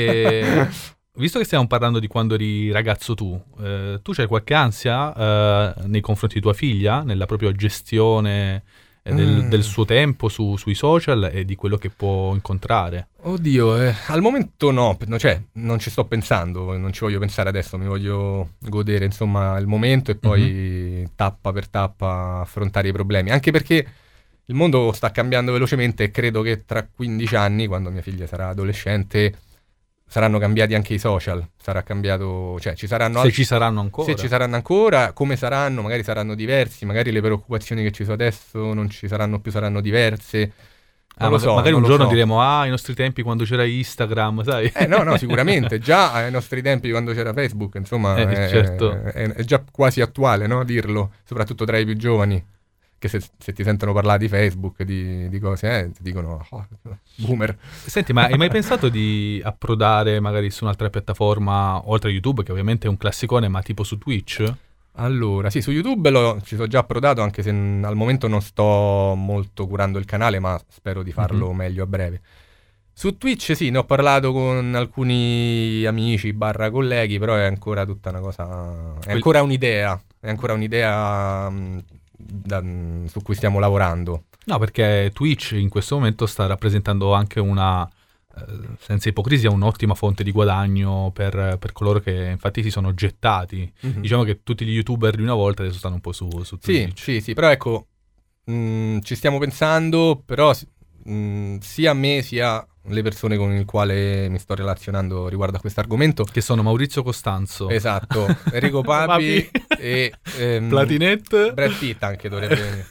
E visto che stiamo parlando di quando eri ragazzo tu, eh, tu c'hai qualche ansia eh, nei confronti di tua figlia, nella propria gestione eh, del, Mm. del suo tempo su- sui social e di quello che può incontrare? Oddio, eh, al momento no, no, cioè non ci sto pensando, non ci voglio pensare adesso, mi voglio godere insomma il momento e poi tappa per tappa affrontare i problemi, anche perché il mondo sta cambiando velocemente e credo che tra quindici anni, quando mia figlia sarà adolescente, saranno cambiati anche i social, sarà cambiato, cioè ci saranno Se altri- ci saranno ancora. se ci saranno ancora, come saranno, magari saranno diversi, magari le preoccupazioni che ci sono adesso non ci saranno più, saranno diverse. Ah, Non lo ma- so, magari non un lo giorno so. diremo, ah, ai nostri tempi quando c'era Instagram, sai? Eh no, no, sicuramente, già ai nostri tempi quando c'era Facebook, insomma, Eh, è, certo. è- è già quasi attuale, no, dirlo, soprattutto tra i più giovani, che se, se ti sentono parlare di Facebook, di, di cose, eh, ti dicono, oh, boomer. Senti, ma hai mai pensato di approdare magari su un'altra piattaforma, oltre a YouTube, che ovviamente è un classicone, ma tipo su Twitch? Allora, sì, su YouTube lo- ci sono già approdato, anche se n- al momento non sto molto curando il canale, ma spero di farlo Mhm. meglio a breve. Su Twitch sì, ne ho parlato con alcuni amici barra colleghi, però è ancora tutta una cosa... è Quel- ancora un'idea, è ancora un'idea mh, da- mh, su cui stiamo lavorando. No, perché Twitch in questo momento sta rappresentando anche una, eh, senza ipocrisia, un'ottima fonte di guadagno per, per coloro che infatti si sono gettati. Diciamo che tutti gli YouTuber di una volta adesso stanno un po' su, su Sì, Twitch. sì, sì, però ecco, mh, ci stiamo pensando, però mh, sia a me sia le persone con il quale mi sto relazionando riguardo a questo argomento. Che sono Maurizio Costanzo, Esatto, Enrico Papi e ehm, Platinette, Brad Pitt anche dovrebbe venire.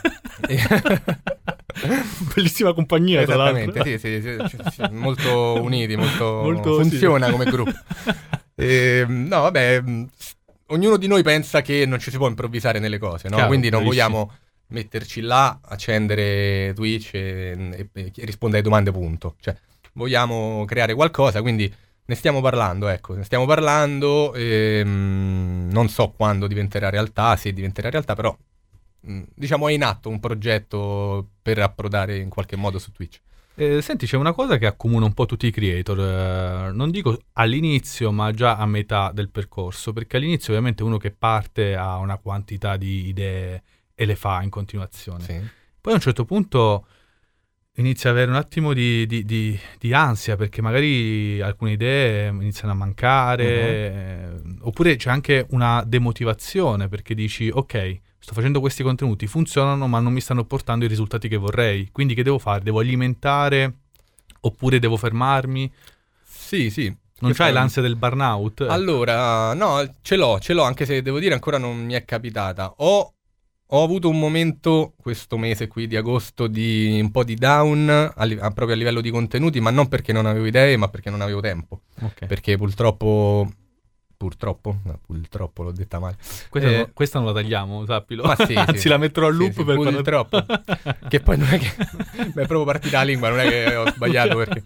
bellissima compagnia tra Esattamente, l'altro. sì, sì, sì, sì, sì, molto uniti, molto, Molto, funziona sì. come gruppo. Ehm, no, vabbè, mh, s- ognuno di noi pensa che non ci si può improvvisare nelle cose, no? Chiaro, Quindi non bravissimo. vogliamo metterci là, accendere Twitch e, e- e rispondere alle domande, punto. Cioè, vogliamo creare qualcosa, quindi ne stiamo parlando, ecco, ne stiamo parlando, ehm, non so quando diventerà realtà, se diventerà realtà, però mh, diciamo è in atto un progetto per approdare in qualche modo su Twitch. Eh, senti, c'è una cosa che accomuna un po' tutti i creator, eh, non dico all'inizio, ma già a metà del percorso, perché all'inizio ovviamente uno che parte ha una quantità di idee e le fa in continuazione. Sì. Poi a un certo punto inizia ad avere un attimo di, di- di- di ansia, perché magari alcune idee iniziano a mancare, eh, oppure c'è anche una demotivazione, perché dici, ok, sto facendo questi contenuti, funzionano, ma non mi stanno portando i risultati che vorrei, quindi che devo fare? Devo alimentare oppure devo fermarmi? Sì, sì. Non Questa c'hai è- l'ansia del burnout? Allora, no, ce l'ho, ce l'ho, anche se devo dire ancora non mi è capitata. Ho, ho avuto un momento questo mese qui di agosto di un po' di down a li- a- proprio a livello di contenuti, ma non perché non avevo idee, ma perché non avevo tempo. Ok. Perché purtroppo Purtroppo, no, purtroppo l'ho detta male. Questa, Eh, non, questa non la tagliamo, sappilo. Ma sì, Anzi, sì. la metterò a Sì, loop sì, per quando... purtroppo. Che poi non è che... Beh, è proprio partita la lingua, non è che ho sbagliato perché...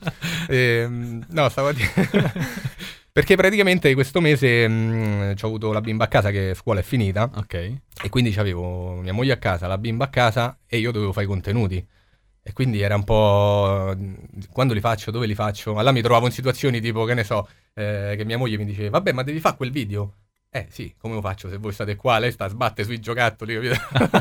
Ehm, no, stavo a dire... Perché praticamente questo mese mh, ho avuto la bimba a casa, che scuola è finita, Ok. e quindi c'avevo mia moglie a casa, la bimba a casa, e io dovevo fare i contenuti. E quindi era un po'... quando li faccio, dove li faccio? Allora mi trovavo in situazioni tipo, che ne so, eh, che mia moglie mi diceva, vabbè, ma devi fare quel video? Eh sì, come lo faccio se voi state qua? Lei sta a sbatte sui giocattoli, capito?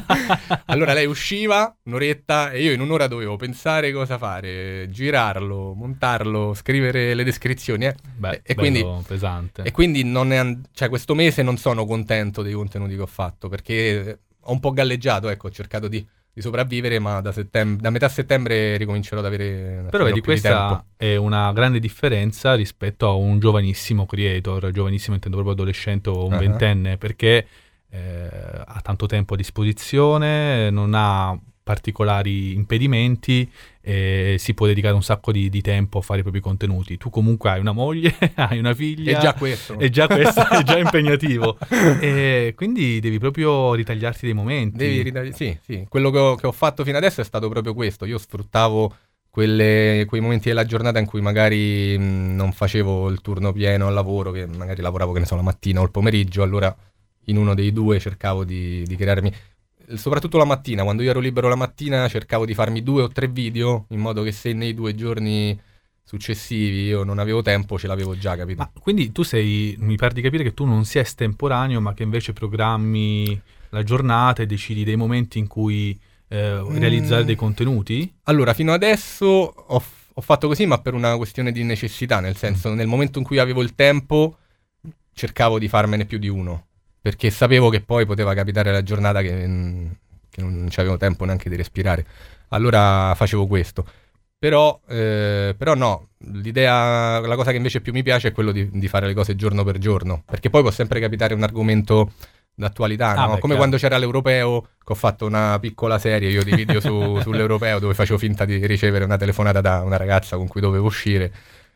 Allora lei usciva un'oretta e io in un'ora dovevo pensare cosa fare, girarlo, montarlo, scrivere le descrizioni, eh. Beh, e, e quindi, pesante. e quindi non è and- cioè, questo mese non sono contento dei contenuti che ho fatto, perché ho un po' galleggiato, ecco, ho cercato di, di sopravvivere, ma da, settem- da metà settembre ricomincerò ad avere un Però vedi, più di tempo. questa è una grande differenza rispetto a un giovanissimo creator, giovanissimo intendo proprio adolescente o un Uh-huh. ventenne, perché eh, ha tanto tempo a disposizione, non ha particolari impedimenti e si può dedicare un sacco di, di tempo a fare i propri contenuti. Tu comunque hai una moglie, hai una figlia. È già questo. E già questo è già impegnativo. E quindi devi proprio ritagliarti dei momenti. Devi ritagli- sì, sì. Quello che ho, che ho fatto fino adesso è stato proprio questo. Io sfruttavo quelle- quei momenti della giornata in cui magari mh, non facevo il turno pieno al lavoro, che magari lavoravo, che ne so, la mattina o il pomeriggio, allora in uno dei due cercavo di, di crearmi, soprattutto la mattina, quando io ero libero la mattina cercavo di farmi due o tre video, in modo che se nei due giorni successivi io non avevo tempo, ce l'avevo già, capito? Ma quindi tu sei, mi pare di capire che tu non sia estemporaneo, ma che invece programmi la giornata e decidi dei momenti in cui eh, realizzare dei contenuti? Allora, fino adesso ho, f- ho fatto così, ma per una questione di necessità, nel senso, nel momento in cui avevo il tempo, cercavo di farmene più di uno, perché sapevo che poi poteva capitare la giornata che, mm, che non c'avevo tempo neanche di respirare. Allora facevo questo. Però, eh, però no, l'idea, la cosa che invece più mi piace è quello di, di fare le cose giorno per giorno, perché poi può sempre capitare un argomento d'attualità, Ah, no? beh, Come chiaro. quando c'era l'Europeo, che ho fatto una piccola serie io di video su- sull'Europeo, dove facevo finta di ricevere una telefonata da una ragazza con cui dovevo uscire,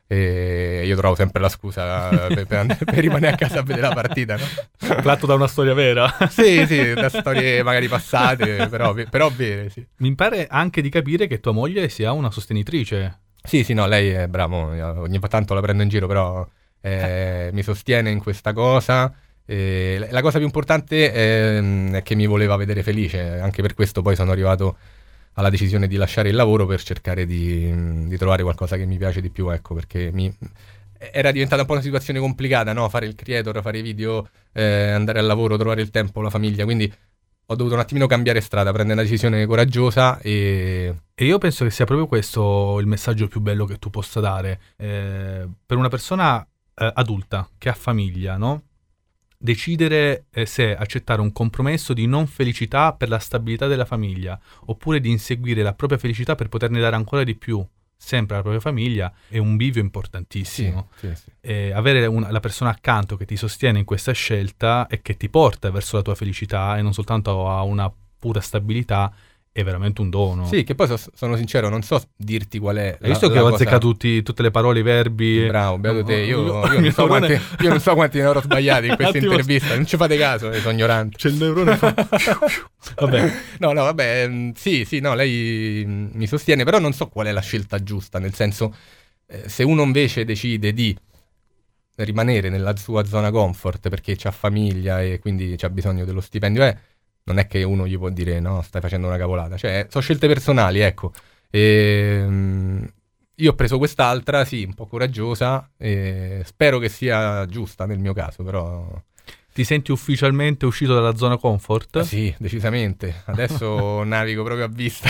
e io trovo sempre la scusa per, per and- per rimanere a casa a vedere la partita, no? Tratto da una storia vera. Sì, sì, da storie magari passate, però, però vere, sì. Mi pare anche di capire che tua moglie sia una sostenitrice. Sì, sì, no, lei è bravo, ogni tanto la prendo in giro, però eh, mi sostiene in questa cosa. E la cosa più importante è, è che mi voleva vedere felice, anche per questo poi sono arrivato alla decisione di lasciare il lavoro per cercare di, di trovare qualcosa che mi piace di più, ecco, perché mi, era diventata un po' una situazione complicata, no? Fare il creator, fare i video, eh, andare al lavoro, trovare il tempo, la famiglia, quindi ho dovuto un attimino cambiare strada, prendere una decisione coraggiosa e... E io penso che sia proprio questo il messaggio più bello che tu possa dare. Eh, per una persona eh, adulta che ha famiglia, no? Decidere eh, se accettare un compromesso di non felicità per la stabilità della famiglia, oppure di inseguire la propria felicità per poterne dare ancora di più sempre alla propria famiglia, è un bivio importantissimo. Sì, sì, sì. E avere un- la persona accanto che ti sostiene in questa scelta e che ti porta verso la tua felicità e non soltanto a una pura stabilità è veramente un dono. Sì, che poi so- sono sincero, non so dirti qual è. Hai visto la, che la ho cosa... azzeccato tutti, tutte le parole, i verbi? Bravo, beato te. Io, Io- io, non so quanti, io non so quanti ne avrò sbagliati in questa Attimo- intervista. Non ci fate caso, eh, sono ignorante. C'è il neurone fa... Vabbè. No, no, vabbè, mm, sì, sì, no, lei mm, mi sostiene, però non so qual è la scelta giusta, nel senso, eh, se uno invece decide di rimanere nella sua zona comfort perché c'ha famiglia e quindi c'ha bisogno dello stipendio, eh, non è che uno gli può dire no, stai facendo una cavolata, cioè sono scelte personali, ecco. E, mm, io ho preso quest'altra, sì, un po' coraggiosa, e spero che sia giusta nel mio caso, però... Ti senti ufficialmente uscito dalla zona comfort? Ah, sì, decisamente. Adesso navigo proprio a vista.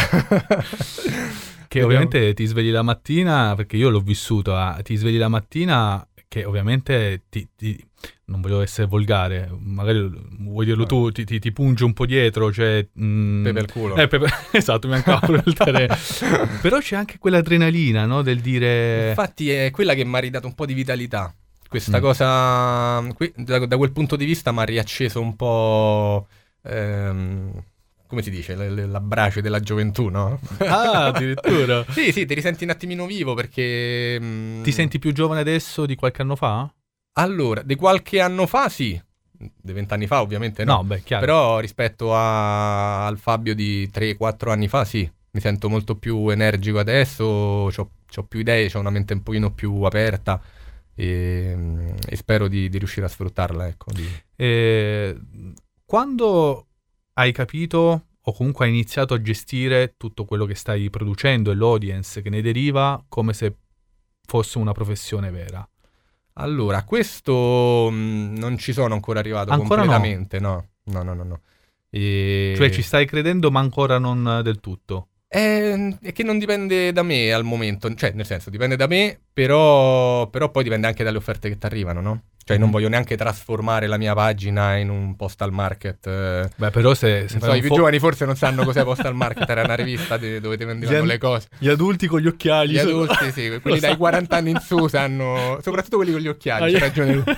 Che Vediamo. ovviamente ti svegli la mattina, perché io l'ho vissuto, ah, ti svegli la mattina che ovviamente ti, ti- non voglio essere volgare, magari vuoi dirlo tu, ti, ti, ti punge un po' dietro, cioè... mm, Pepe al culo. eh, pepe- esatto, mi mancava quello del terreno. Però c'è anche quell'adrenalina, no? Del dire... Infatti è quella che mi ha ridato un po' di vitalità. Questa Mm. cosa, qui- da, da quel punto di vista mi ha riacceso un po', ehm, come si dice, l- l- la brace della gioventù, no? Ah, addirittura. Sì, sì, ti risenti un attimino vivo perché... mm, Ti senti più giovane adesso di qualche anno fa? Allora, di qualche anno fa sì, di vent'anni fa ovviamente no, No, beh, chiaro. però rispetto a- al Fabio di tre quattro anni fa sì, mi sento molto più energico adesso, ho più idee, ho una mente un pochino più aperta e, e spero di, di riuscire a sfruttarla, ecco. di- Eh, quando hai capito o comunque hai iniziato a gestire tutto quello che stai producendo e l'audience che ne deriva come se fosse una professione vera? Allora, questo mh, non ci sono ancora arrivato Ancora no? completamente, no, no, no, no, no. E... Cioè ci stai credendo ma ancora non del tutto? È, è che non dipende da me al momento, cioè nel senso dipende da me, però, però poi dipende anche dalle offerte che ti arrivano, no? Cioè non Mm. voglio neanche trasformare la mia pagina in un postal market. eh. Beh, però se, se Non so, fai i un più fo- giovani forse non sanno cos'è postal market, era una rivista de- dove ti vendevano Gli- le cose. Gli adulti con gli occhiali. Gli sono- adulti, sì, quelli dai quaranta anni in su sanno, soprattutto quelli con gli occhiali, Ah, c'è ragione lui.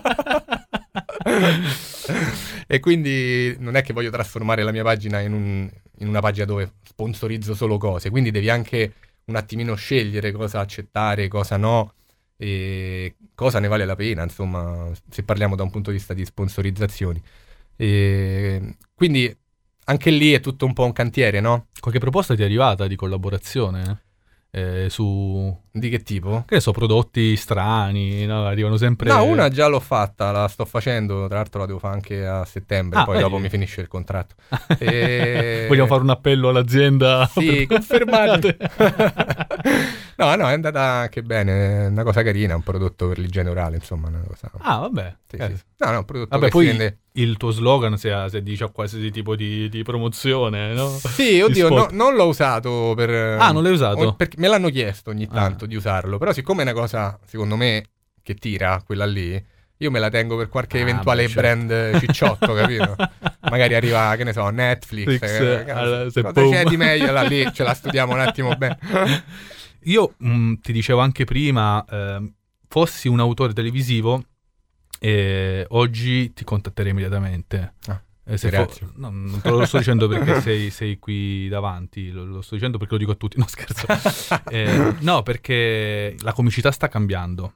E quindi non è che voglio trasformare la mia pagina in, un- in una pagina dove sponsorizzo solo cose, quindi devi anche un attimino scegliere cosa accettare, cosa no, e cosa ne vale la pena, insomma, se parliamo da un punto di vista di sponsorizzazioni. E quindi anche lì è tutto un po' un cantiere, no? Qualche proposta ti è arrivata di collaborazione? Eh, su, Di che tipo? che ne so, prodotti strani, no? Arrivano sempre... No, una già l'ho fatta, la sto facendo, tra l'altro la devo fare anche a settembre, Ah, poi vedi. dopo mi finisce il contratto. E- Vogliamo fare un appello all'azienda? Sì, confermate. No, no, è andata anche bene, è una cosa carina, un prodotto per l'igiene orale, insomma, una cosa... Ah, vabbè. Sì, Eh. sì, sì. No, no, un prodotto Vabbè, che poi si vende... il tuo slogan si, si dice a qualsiasi tipo di, di promozione, no? Sì, Di oddio, no- spot. non l'ho usato per... Ah, non l'hai usato? o- Perché me l'hanno chiesto ogni tanto Ah. di usarlo, però siccome è una cosa, secondo me, che tira, quella lì, io me la tengo per qualche Ah, eventuale beh, certo. brand cicciotto, capito? Magari arriva, che ne so, Netflix, Netflix, eh, che ne so, alla- se cosa boom. c'è di meglio là lì? Ce la studiamo un attimo bene. Io mh, ti dicevo anche prima, ehm, fossi un autore televisivo, eh, oggi ti contatterei immediatamente. Ah, Eh, se fo- grazie. no, non te lo sto dicendo perché sei, sei qui davanti, lo, lo sto dicendo perché lo dico a tutti, no scherzo. Eh, no, perché la comicità sta cambiando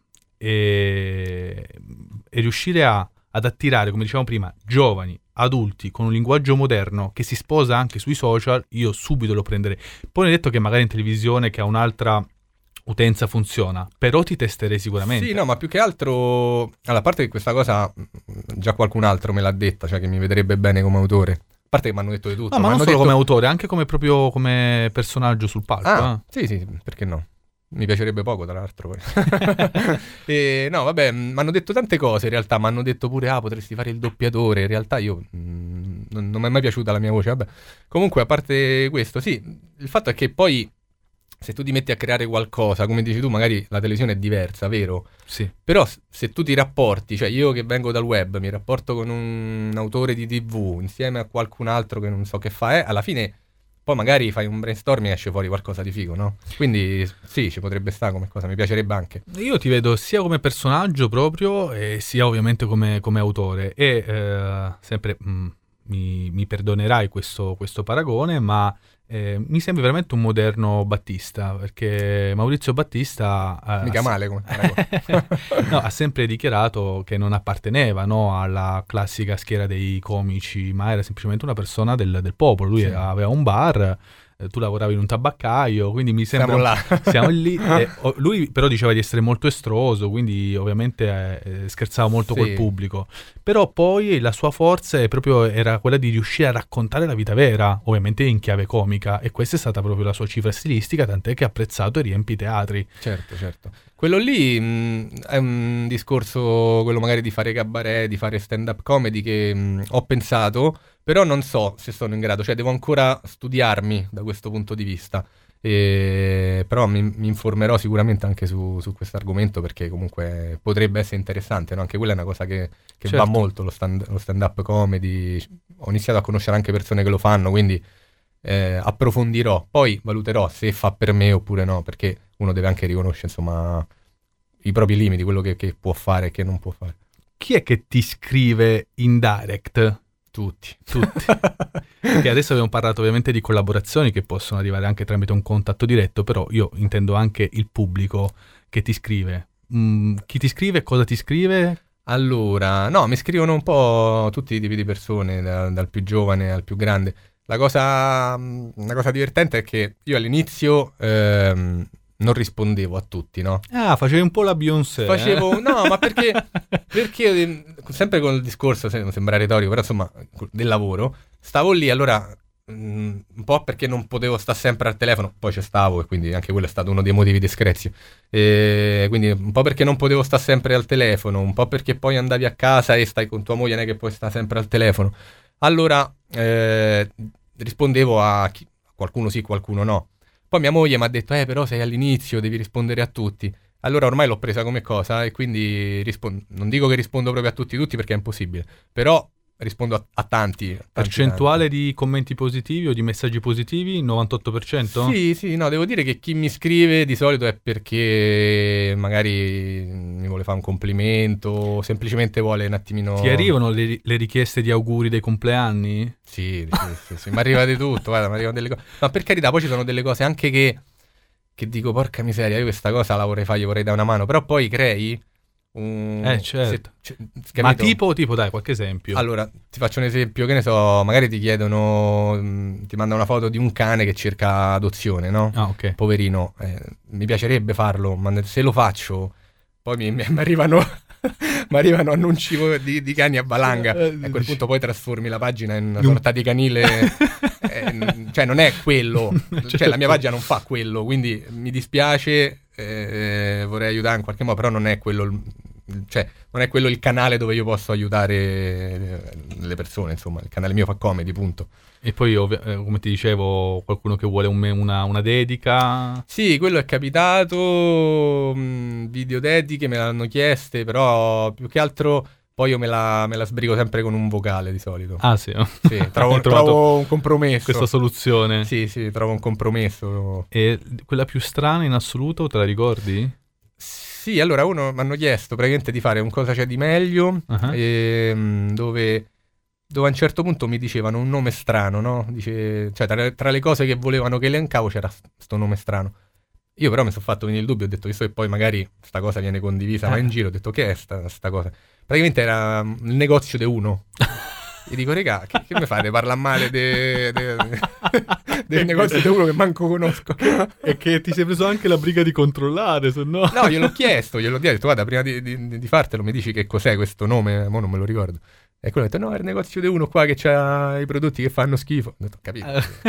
e, e riuscire a, ad attirare, come dicevamo prima, giovani, adulti con un linguaggio moderno che si sposa anche sui social, io subito lo prenderei. Poi hai detto che magari in televisione che ha un'altra utenza funziona, però ti testerei sicuramente. Sì, no, ma più che altro, allora, a parte che questa cosa mh, già qualcun altro me l'ha detta, cioè che mi vedrebbe bene come autore. A parte che mi hanno detto di tutto. No, ma non m'hanno solo detto- come autore, anche come proprio come personaggio sul palco. Ah, eh. sì, sì, perché no? Mi piacerebbe poco, tra l'altro. Poi. E, no, vabbè, mi hanno detto tante cose in realtà. Mi hanno detto pure, ah, potresti fare il doppiatore. In realtà io mh, non, non mi è mai piaciuta la mia voce. Vabbè. Comunque, a parte questo, sì, il fatto è che poi se tu ti metti a creare qualcosa, come dici tu, magari la televisione è diversa, vero? Sì. Però s- se tu ti rapporti, cioè io che vengo dal web, mi rapporto con un autore di tivù insieme a qualcun altro che non so che fa, eh, alla fine poi magari fai un brainstorming e esce fuori qualcosa di figo, no? Quindi sì, ci potrebbe stare come cosa, mi piacerebbe anche. Io ti vedo sia come personaggio proprio e sia ovviamente come, come autore e eh, sempre mh, mi, mi perdonerai questo, questo paragone, ma eh, mi sembra veramente un moderno Battista, perché Maurizio Battista eh, Mica ha- male come paragone. no, ha sempre dichiarato che non apparteneva, no, alla classica schiera dei comici, ma era semplicemente una persona del, del popolo. Lui Sì. aveva un bar, eh, tu lavoravi in un tabaccaio, quindi mi sembra... Siamo là. Siamo lì. eh, o- lui però diceva di essere molto estroso, quindi ovviamente eh, scherzava molto Sì. col pubblico. Però poi la sua forza è proprio era quella di riuscire a raccontare la vita vera, ovviamente in chiave comica, e questa è stata proprio la sua cifra stilistica, tant'è che ha apprezzato e riempì i teatri. Certo, certo. Quello lì mh, è un discorso, quello magari di fare cabaret, di fare stand-up comedy che mh, ho pensato, però non so se sono in grado, cioè devo ancora studiarmi da questo punto di vista. E... Però mi, mi informerò sicuramente anche su, su questo argomento perché comunque potrebbe essere interessante, no? Anche quella è una cosa che, che Certo. va molto, lo, stand, lo stand-up comedy. Ho iniziato a conoscere anche persone che lo fanno, quindi eh, approfondirò, poi valuterò se fa per me oppure no, perché uno deve anche riconoscere insomma i propri limiti, quello che, che può fare e che non può fare. Chi è che ti scrive in direct? Tutti. Tutti. Che adesso abbiamo parlato ovviamente di collaborazioni che possono arrivare anche tramite un contatto diretto, però io intendo anche il pubblico che ti scrive. mh, chi ti scrive, cosa ti scrive? Allora, no, mi scrivono un po' tutti i tipi di persone, da- dal più giovane al più grande. La cosa, una cosa divertente è che io all'inizio ehm, non rispondevo a tutti, no? Ah, facevi un po' la Beyoncé. Facevo, eh? no, ma perché, perché eh, sempre con il discorso, se- sembra retorico, però insomma, del lavoro, stavo lì, allora, mh, un po' perché non potevo stare sempre al telefono, poi ci stavo e quindi anche quello è stato uno dei motivi di screzio. E quindi un po' perché non potevo stare sempre al telefono, un po' perché poi andavi a casa e stai con tua moglie, non è che puoi stare sempre al telefono. Allora, eh, rispondevo a, chi- a qualcuno sì, qualcuno no. Poi mia moglie mi ha detto, eh, però sei all'inizio, devi rispondere a tutti. Allora ormai l'ho presa come cosa e quindi rispon- non dico che rispondo proprio a tutti tutti perché è impossibile, però rispondo a, a tanti. tanti, Percentuale tanti. di commenti positivi o di messaggi positivi? novantotto per cento? Sì, sì, no, devo dire che chi mi scrive di solito è perché magari mi vuole fare un complimento o semplicemente vuole un attimino... Ti arrivano le, le richieste di auguri dei compleanni? Sì, sì, sì, sì, mi arriva di tutto, guarda, mi arrivano delle cose. Ma per carità, poi ci sono delle cose anche che, che dico, porca miseria, io questa cosa la vorrei fare, gli vorrei dare una mano, però poi crei un... Eh, certo. se- Ma capito? tipo, tipo, dai, qualche esempio. Allora, ti faccio un esempio, che ne so, magari ti chiedono, mh, ti mandano una foto di un cane che cerca adozione, no? Ah, ok. Poverino, eh, mi piacerebbe farlo, ma se lo faccio, poi mi, mi- mi arrivano, mi arrivano annunci di, di cani a valanga. Eh, E a quel punto poi trasformi la pagina in una In un- sorta di canile, eh, n- cioè non è quello, cioè Certo. la mia pagina non fa quello, quindi mi dispiace, eh, vorrei aiutare in qualche modo, però non è quello, il- il- cioè non è quello il canale dove io posso aiutare eh, le persone, insomma, il canale mio fa comedy, punto. E poi, ovvi- eh, come ti dicevo, qualcuno che vuole un me- una, una dedica. Sì, quello è capitato, mh, video dediche me l'hanno chieste, però più che altro poi io me la, me la sbrigo sempre con un vocale di solito. Ah, sì. Sì, trovo, Hai trovato trovo un compromesso. questa soluzione. Sì, sì, trovo un compromesso. E quella più strana in assoluto, te la ricordi? Sì, allora uno mi hanno chiesto praticamente di fare un cosa c'è di meglio, Ah. ehm, dove, dove a un certo punto mi dicevano un nome strano, no? Dice, cioè tra, tra le cose che volevano che elencavo c'era sto nome strano. Io però mi sono fatto venire il dubbio, ho detto, visto che poi magari sta cosa viene condivisa, ma Eh. in giro, ho detto, che è sta, sta cosa? Praticamente era um, il negozio di uno. E dico, regà, che, che mi fate? Parla male de- de- del negozio di uno che manco conosco. E che ti sei preso anche la briga di controllare, se no... No, gliel'ho chiesto, gliel'ho detto, guarda, prima di, di- di fartelo mi dici che cos'è questo nome, mo non me lo ricordo. E quello ha detto, no, è il negozio di uno qua che c'ha i prodotti che fanno schifo. Ho detto, ho capito.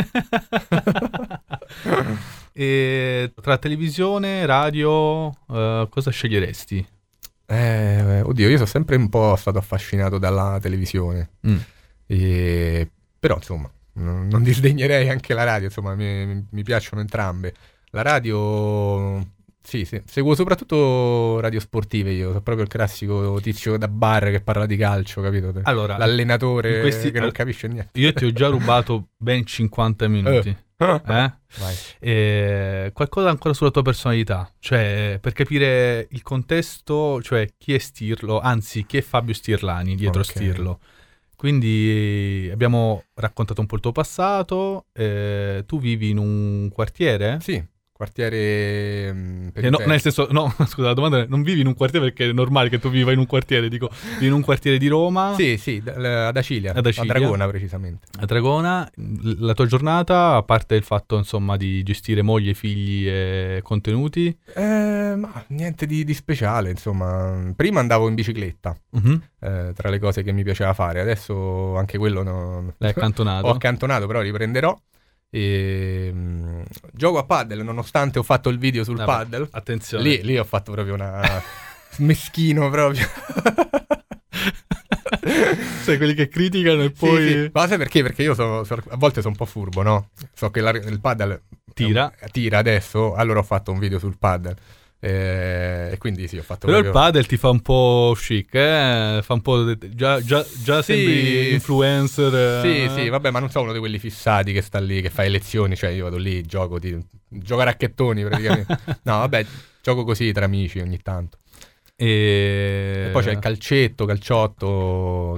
E tra televisione, radio, eh, cosa sceglieresti? Eh, oddio, io sono sempre un po' stato affascinato dalla televisione. Mm. E- Però, insomma, non, non disdegnerei anche la radio, insomma, mi, mi- mi piacciono entrambe. La radio, sì, sì, seguo soprattutto radio sportive io, sono proprio il classico tizio da bar che parla di calcio, capito? Allora, L'allenatore in questi- che non capisce niente. io ti ho già rubato ben cinquanta minuti. Eh? Vai. E qualcosa ancora sulla tua personalità, cioè per capire il contesto, cioè chi è Stirlo, anzi chi è Fabio Stirlani dietro Ok. Stirlo. Quindi abbiamo raccontato un po' il tuo passato, eh, tu vivi in un quartiere? Sì, quartiere... mm, Eh, no, periferico. nel senso, no, scusa, la domanda è, non vivi in un quartiere perché è normale che tu viva in un quartiere, dico, vivi in un quartiere di Roma, Sì, sì, da- ad Acilia, Ad Acilia. a Dragona precisamente. a Dragona. La tua giornata, a parte il fatto, insomma, di gestire moglie, figli e contenuti, Eh, ma niente di, di speciale, insomma. Prima andavo in bicicletta, mhm, eh, tra le cose che mi piaceva fare. Adesso anche quello no- l'hai accantonato. ho accantonato, però riprenderò. E, mm, gioco a paddle, nonostante ho fatto il video sul Vabbè, paddle. Attenzione. Lì, lì ho fatto proprio una... meschino proprio. Sai, quelli che criticano e Sì, poi... sì. Ma sai perché? Perché io so- so- a volte sono un po' furbo, no? So che la- il paddle Tira. eh, tira adesso, allora ho fatto un video sul paddle. Eh, e quindi sì, ho fatto Però il proprio... padel ti fa un po' chic, eh? Fa un po'... de- Già, già, già Sì, sembri influencer. Sì, eh? sì, vabbè, ma non sono uno di quelli fissati che sta lì, che fa le lezioni, cioè io vado lì, gioco, ti, gioco a racchettoni praticamente. No, vabbè, gioco così tra amici ogni tanto. E... E poi c'è il calcetto, calciotto, che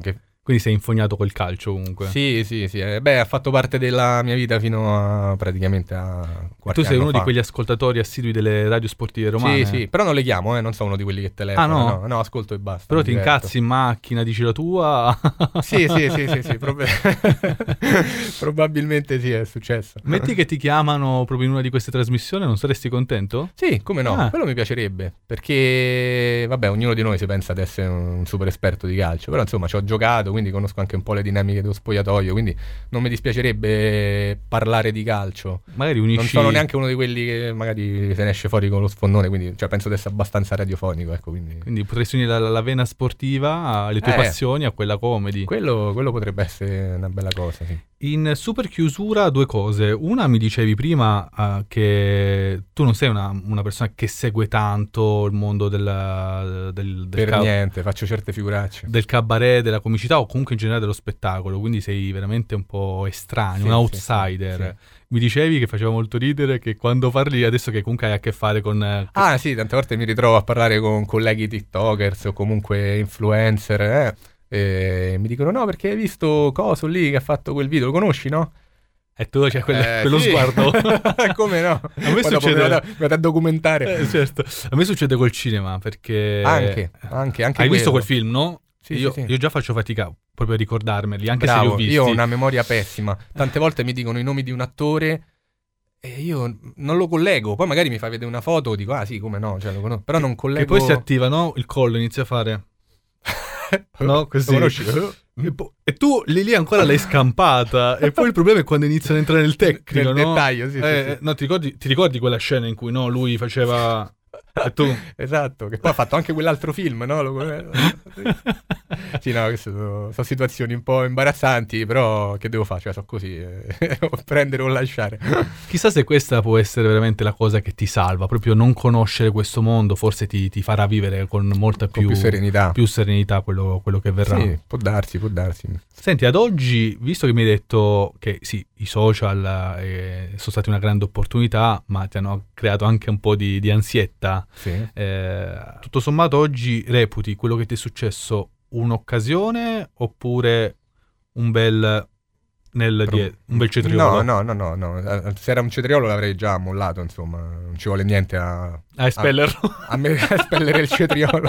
Quindi sei infognato col calcio comunque. Sì, sì, sì. Eh, beh, ha fatto parte della mia vita fino a praticamente a qualche Tu sei anno uno fa. di quegli ascoltatori assidui delle radio sportive romane? Sì, sì, però non le chiamo, eh, non sono uno di quelli che telefona. Ah, no? no? No, ascolto e basta. Però mi ti diverto. incazzi in macchina, dici la tua. Sì, sì, sì, sì, sì, prob- probabilmente sì, è successo. Metti che ti chiamano proprio in una di queste trasmissioni, non saresti contento? Sì, come no, Ah. quello mi piacerebbe, perché vabbè, ognuno di noi si pensa di essere un super esperto di calcio, però insomma ci ho giocato, quindi conosco anche un po' le dinamiche dello spogliatoio, quindi non mi dispiacerebbe parlare di calcio. Magari unisci... Non sono neanche uno di quelli che magari se ne esce fuori con lo sfondone, quindi cioè, penso di essere abbastanza radiofonico, ecco, quindi... Quindi potresti unire la, la vena sportiva alle tue Eh. passioni a quella comedy. Quello, quello potrebbe essere una bella cosa, sì. In super chiusura due cose. Una, mi dicevi prima eh, che tu non sei una, una persona che segue tanto il mondo della, del, del, Per ca- niente, faccio certe figuracce. del cabaret, della comicità o comunque in generale dello spettacolo, quindi sei veramente un po' estraneo, Sì, un sì, outsider. sì, Mi dicevi che faceva molto ridere che quando parli adesso che comunque hai a che fare con... eh, Ah sì, tante volte mi ritrovo a parlare con colleghi tiktokers o comunque influencer, eh, e mi dicono no perché hai visto Coso lì che ha fatto quel video, lo conosci, no? E tu c'è quel- Eh, quello sì. sguardo. Come no? A me Poi dopo succede- mi vado, mi vado a documentare. Eh, certo. A me succede col cinema perché... Anche, anche, anche Hai visto quello. quel film, no? Sì, io, sì, sì. io già faccio fatica proprio a ricordarmeli, anche se li Bravo, ho visti. io ho una memoria pessima. Tante volte mi dicono i nomi di un attore e io non lo collego. Poi magari mi fai vedere una foto e dico ah sì, come no, cioè, lo conosco. Però non collego. E poi si attiva, no? Il collo inizia a fare... No, così. Lo conosci? E, po- e tu lì lì ancora l'hai scampata. E poi il problema è quando iniziano a entrare nel tecnico, Nel no? dettaglio, sì, sì, Eh, sì. No, ti ricordi, ti ricordi quella scena in cui no, lui faceva... E tu... Esatto, che poi ha fatto anche quell'altro film, no? Lo- Sì, no, queste sono, sono situazioni un po' imbarazzanti, però che devo fare? Cioè, so così, eh, prendere o lasciare. Chissà se questa può essere veramente la cosa che ti salva, proprio non conoscere questo mondo, forse ti, ti farà vivere con molta Con più, più serenità. più serenità quello, quello che verrà. Sì, può darsi, può darsi. Senti, ad oggi, visto che mi hai detto che sì, i social eh, sono stati una grande opportunità, ma ti hanno creato anche un po' di, di ansietta, Sì. eh, tutto sommato oggi reputi quello che ti è successo un'occasione oppure un bel, nel die- un bel cetriolo? No, no, no, no, no. Eh, Se era un cetriolo l'avrei già mollato, insomma. Non ci vuole niente a, A espellerlo? a, me, a spellere il cetriolo.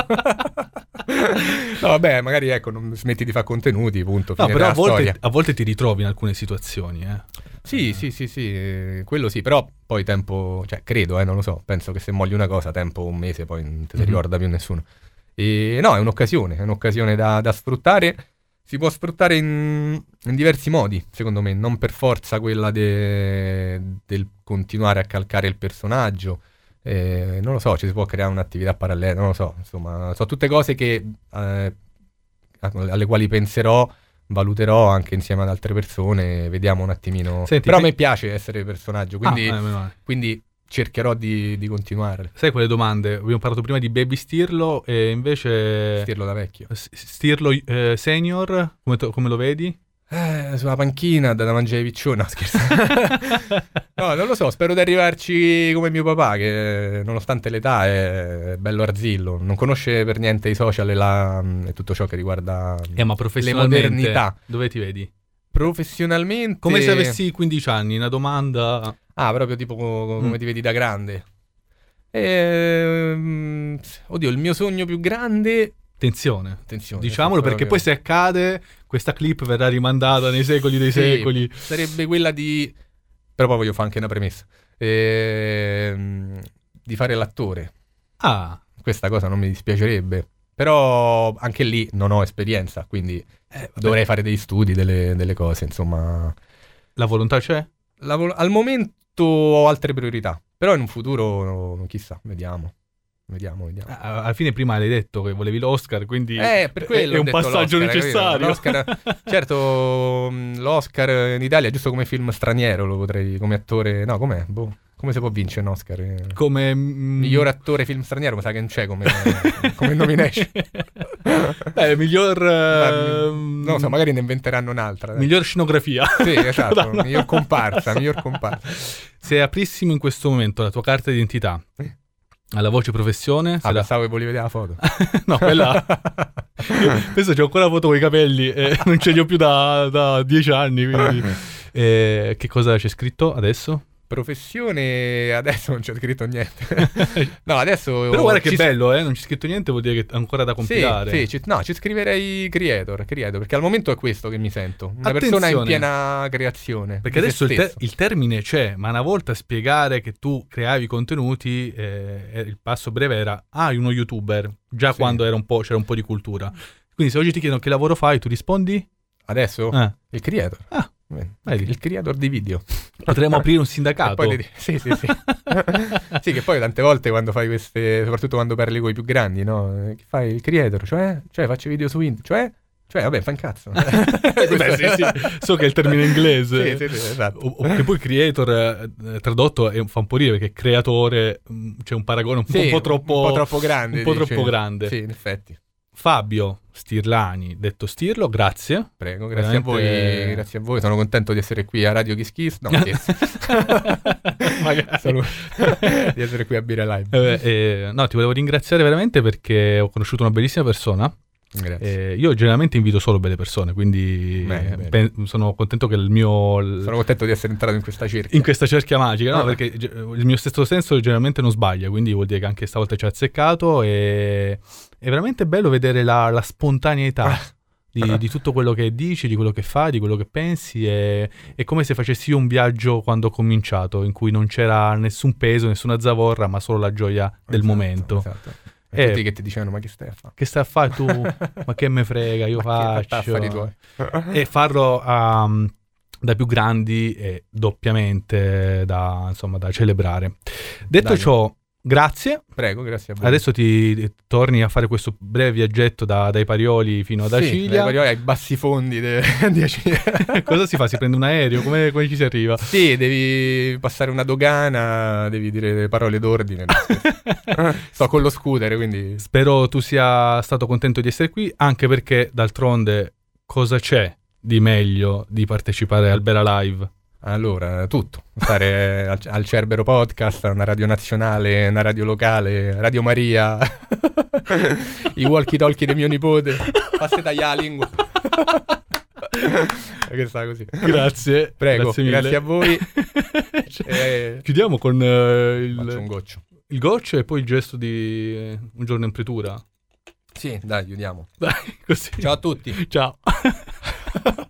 No, vabbè, magari ecco, non smetti di fare contenuti, punto. No, Fine però a della storia. volte, a volte ti ritrovi in alcune situazioni, eh. Sì, sì, sì, sì, eh, quello sì, però poi tempo, cioè credo, eh, non lo so, penso che se mogli una cosa, tempo un mese, poi non te ne Mhm. ricorda più nessuno. E no, è un'occasione, è un'occasione da, da sfruttare, si può sfruttare in, in diversi modi, secondo me, non per forza quella de- del continuare a calcare il personaggio, eh, non lo so, ci si può creare un'attività parallela, non lo so, insomma, sono tutte cose che, eh, alle quali penserò, valuterò anche insieme ad altre persone, vediamo un attimino. Senti, Però a te- me piace essere personaggio, quindi, Ah, eh, meno male. quindi cercherò di, di continuare. Sai quelle domande? Abbiamo parlato prima di Baby Stirlo e invece... Stirlo da vecchio. S- Stirlo eh, Senior, come, to- come lo vedi? Eh, sulla panchina da mangiare i piccioni, no scherzo. No, non lo so, spero di arrivarci come mio papà, che nonostante l'età è bello arzillo, non conosce per niente i social e, la- e tutto ciò che riguarda Eh, ma le professionalmente modernità. dove ti vedi? Professionalmente... Come se avessi quindici anni, una domanda... Ah, proprio tipo co- come Mm. ti vedi da grande. Ehm, oddio, il mio sogno più grande... Attenzione, Attenzione. diciamolo perché poi se accade questa clip verrà rimandata nei secoli dei Sì, secoli. sarebbe quella di... Però poi voglio fare anche una premessa. Ehm, di fare l'attore. Ah, Questa cosa non mi dispiacerebbe. Però anche lì non ho esperienza, quindi eh, dovrei fare dei studi, delle, delle cose, insomma. la volontà c'è? La vol- al momento ho altre priorità, però in un futuro no, chissà, vediamo. Vediamo, vediamo. Ah, alla fine prima l'hai detto che volevi l'Oscar, quindi Eh, per quello è ho un detto passaggio l'Oscar, hai necessario. capito? L'Oscar, certo, mh, l'Oscar in Italia, giusto come film straniero, lo potrei, come attore... No, com'è? Boh, come si può vincere un Oscar? Eh, Come mm, Miglior attore film straniero, mi sa che non c'è come, come nomination. Beh, miglior Ma, ehm, non lo so, magari ne inventeranno un'altra. dai. miglior scenografia. Sì, esatto, No, no. miglior comparsa, miglior comparsa. Se aprissimo in questo momento la tua carta d'identità alla voce professione, Ah, se la- pensavo che volevi vedere la foto. no, quella Penso c'ho ancora la foto con i capelli e non ce li ho più da, da dieci anni, quindi... Eh, che cosa c'è scritto adesso? Professione, adesso non c'è scritto niente. No, adesso... Però guarda che ci- bello, eh? Non c'è scritto niente, vuol dire che è ancora da compilare. Sì, sì, ci- no, ci scriverei creator, creator, perché al momento è questo che mi sento. Una persona in Attenzione. piena creazione. Perché di se adesso il, ter- stesso. il termine c'è, ma una volta spiegare che tu creavi contenuti, eh, eh, il passo breve era, ah, uno youtuber, già Sì. quando era un po', c'era un po' di cultura. Quindi se oggi ti chiedono che lavoro fai, tu rispondi? Adesso? Eh, Il creator. Ah, Bene. vedi. Il creator di video. Potremmo aprire un E sindacato. poi le- sì, sì, sì. Sì, che poi tante volte quando fai queste, soprattutto quando parli con i più grandi, no? Che fai il creator, cioè, cioè faccio video su internet, cioè, cioè, vabbè, fa un cazzo. Beh, sì, sì. So che è il termine inglese. Sì, sì, sì, esatto. O, o che poi creator eh, tradotto è, fa un po' ridere perché creatore mh, c'è un paragone un, po', Sì, un po' troppo un po' troppo grande. un po' dici. troppo grande. Sì, in effetti. Fabio Stirlani, detto Stirlo, grazie. Prego, grazie Veramente- a voi, grazie a voi. Sono contento di essere qui a Radio Kiss Kiss. No, scherzo. Magari. Sono- di essere qui a Birra Live. Eh beh, eh, no, ti volevo ringraziare veramente perché ho conosciuto una bellissima persona. Grazie. Eh, io generalmente invito solo belle persone, quindi Bene, eh, bene. pen- sono contento che il mio l- Sono contento di essere entrato in questa cerchia. in questa cerchia magica, no? Ah. Perché ge- il mio stesso senso generalmente non sbaglia, quindi vuol dire che anche stavolta ci ha azzeccato e è veramente bello vedere la, la spontaneità Ah. di, di tutto quello che dici, di quello che fai, di quello che pensi. E, è come se facessi io un viaggio quando ho cominciato, in cui non c'era nessun peso, nessuna zavorra, ma solo la gioia del Esatto, momento. Esatto. E Eh. tutti che ti dicevano, ma che stai a fare? Che stai a fare tu? Ma che me frega, io Ma che faccio. affari tuoi? E farlo um, da più grandi è doppiamente da, insomma, da celebrare. Detto Dai. ciò, grazie. Prego, grazie a voi. Adesso ti torni a fare questo breve viaggetto da- dai Parioli fino ad Sì, Acilia. dai Parioli ai bassi fondi de- di Acilia. Cosa si fa? Si prende un aereo? Come, come ci si arriva? Sì, devi passare una dogana, devi dire le parole d'ordine. no, scherzo. Sto con lo scooter, quindi... Spero tu sia stato contento di essere qui, anche perché d'altronde cosa c'è di meglio di partecipare al Bera Live? Allora, tutto. Stare al, al Cerbero Podcast, una radio nazionale, una radio locale, Radio Maria, i walkie-talkie di mio nipote, passi tagli la lingua. Che sta così. Grazie. Prego, grazie, mille. grazie a voi. Cioè, Eh, chiudiamo con eh, faccio un il, goccio. il goccio e poi il gesto di eh, un giorno in pretura. Sì, dai, chiudiamo. Dai, così. Ciao a tutti. Ciao.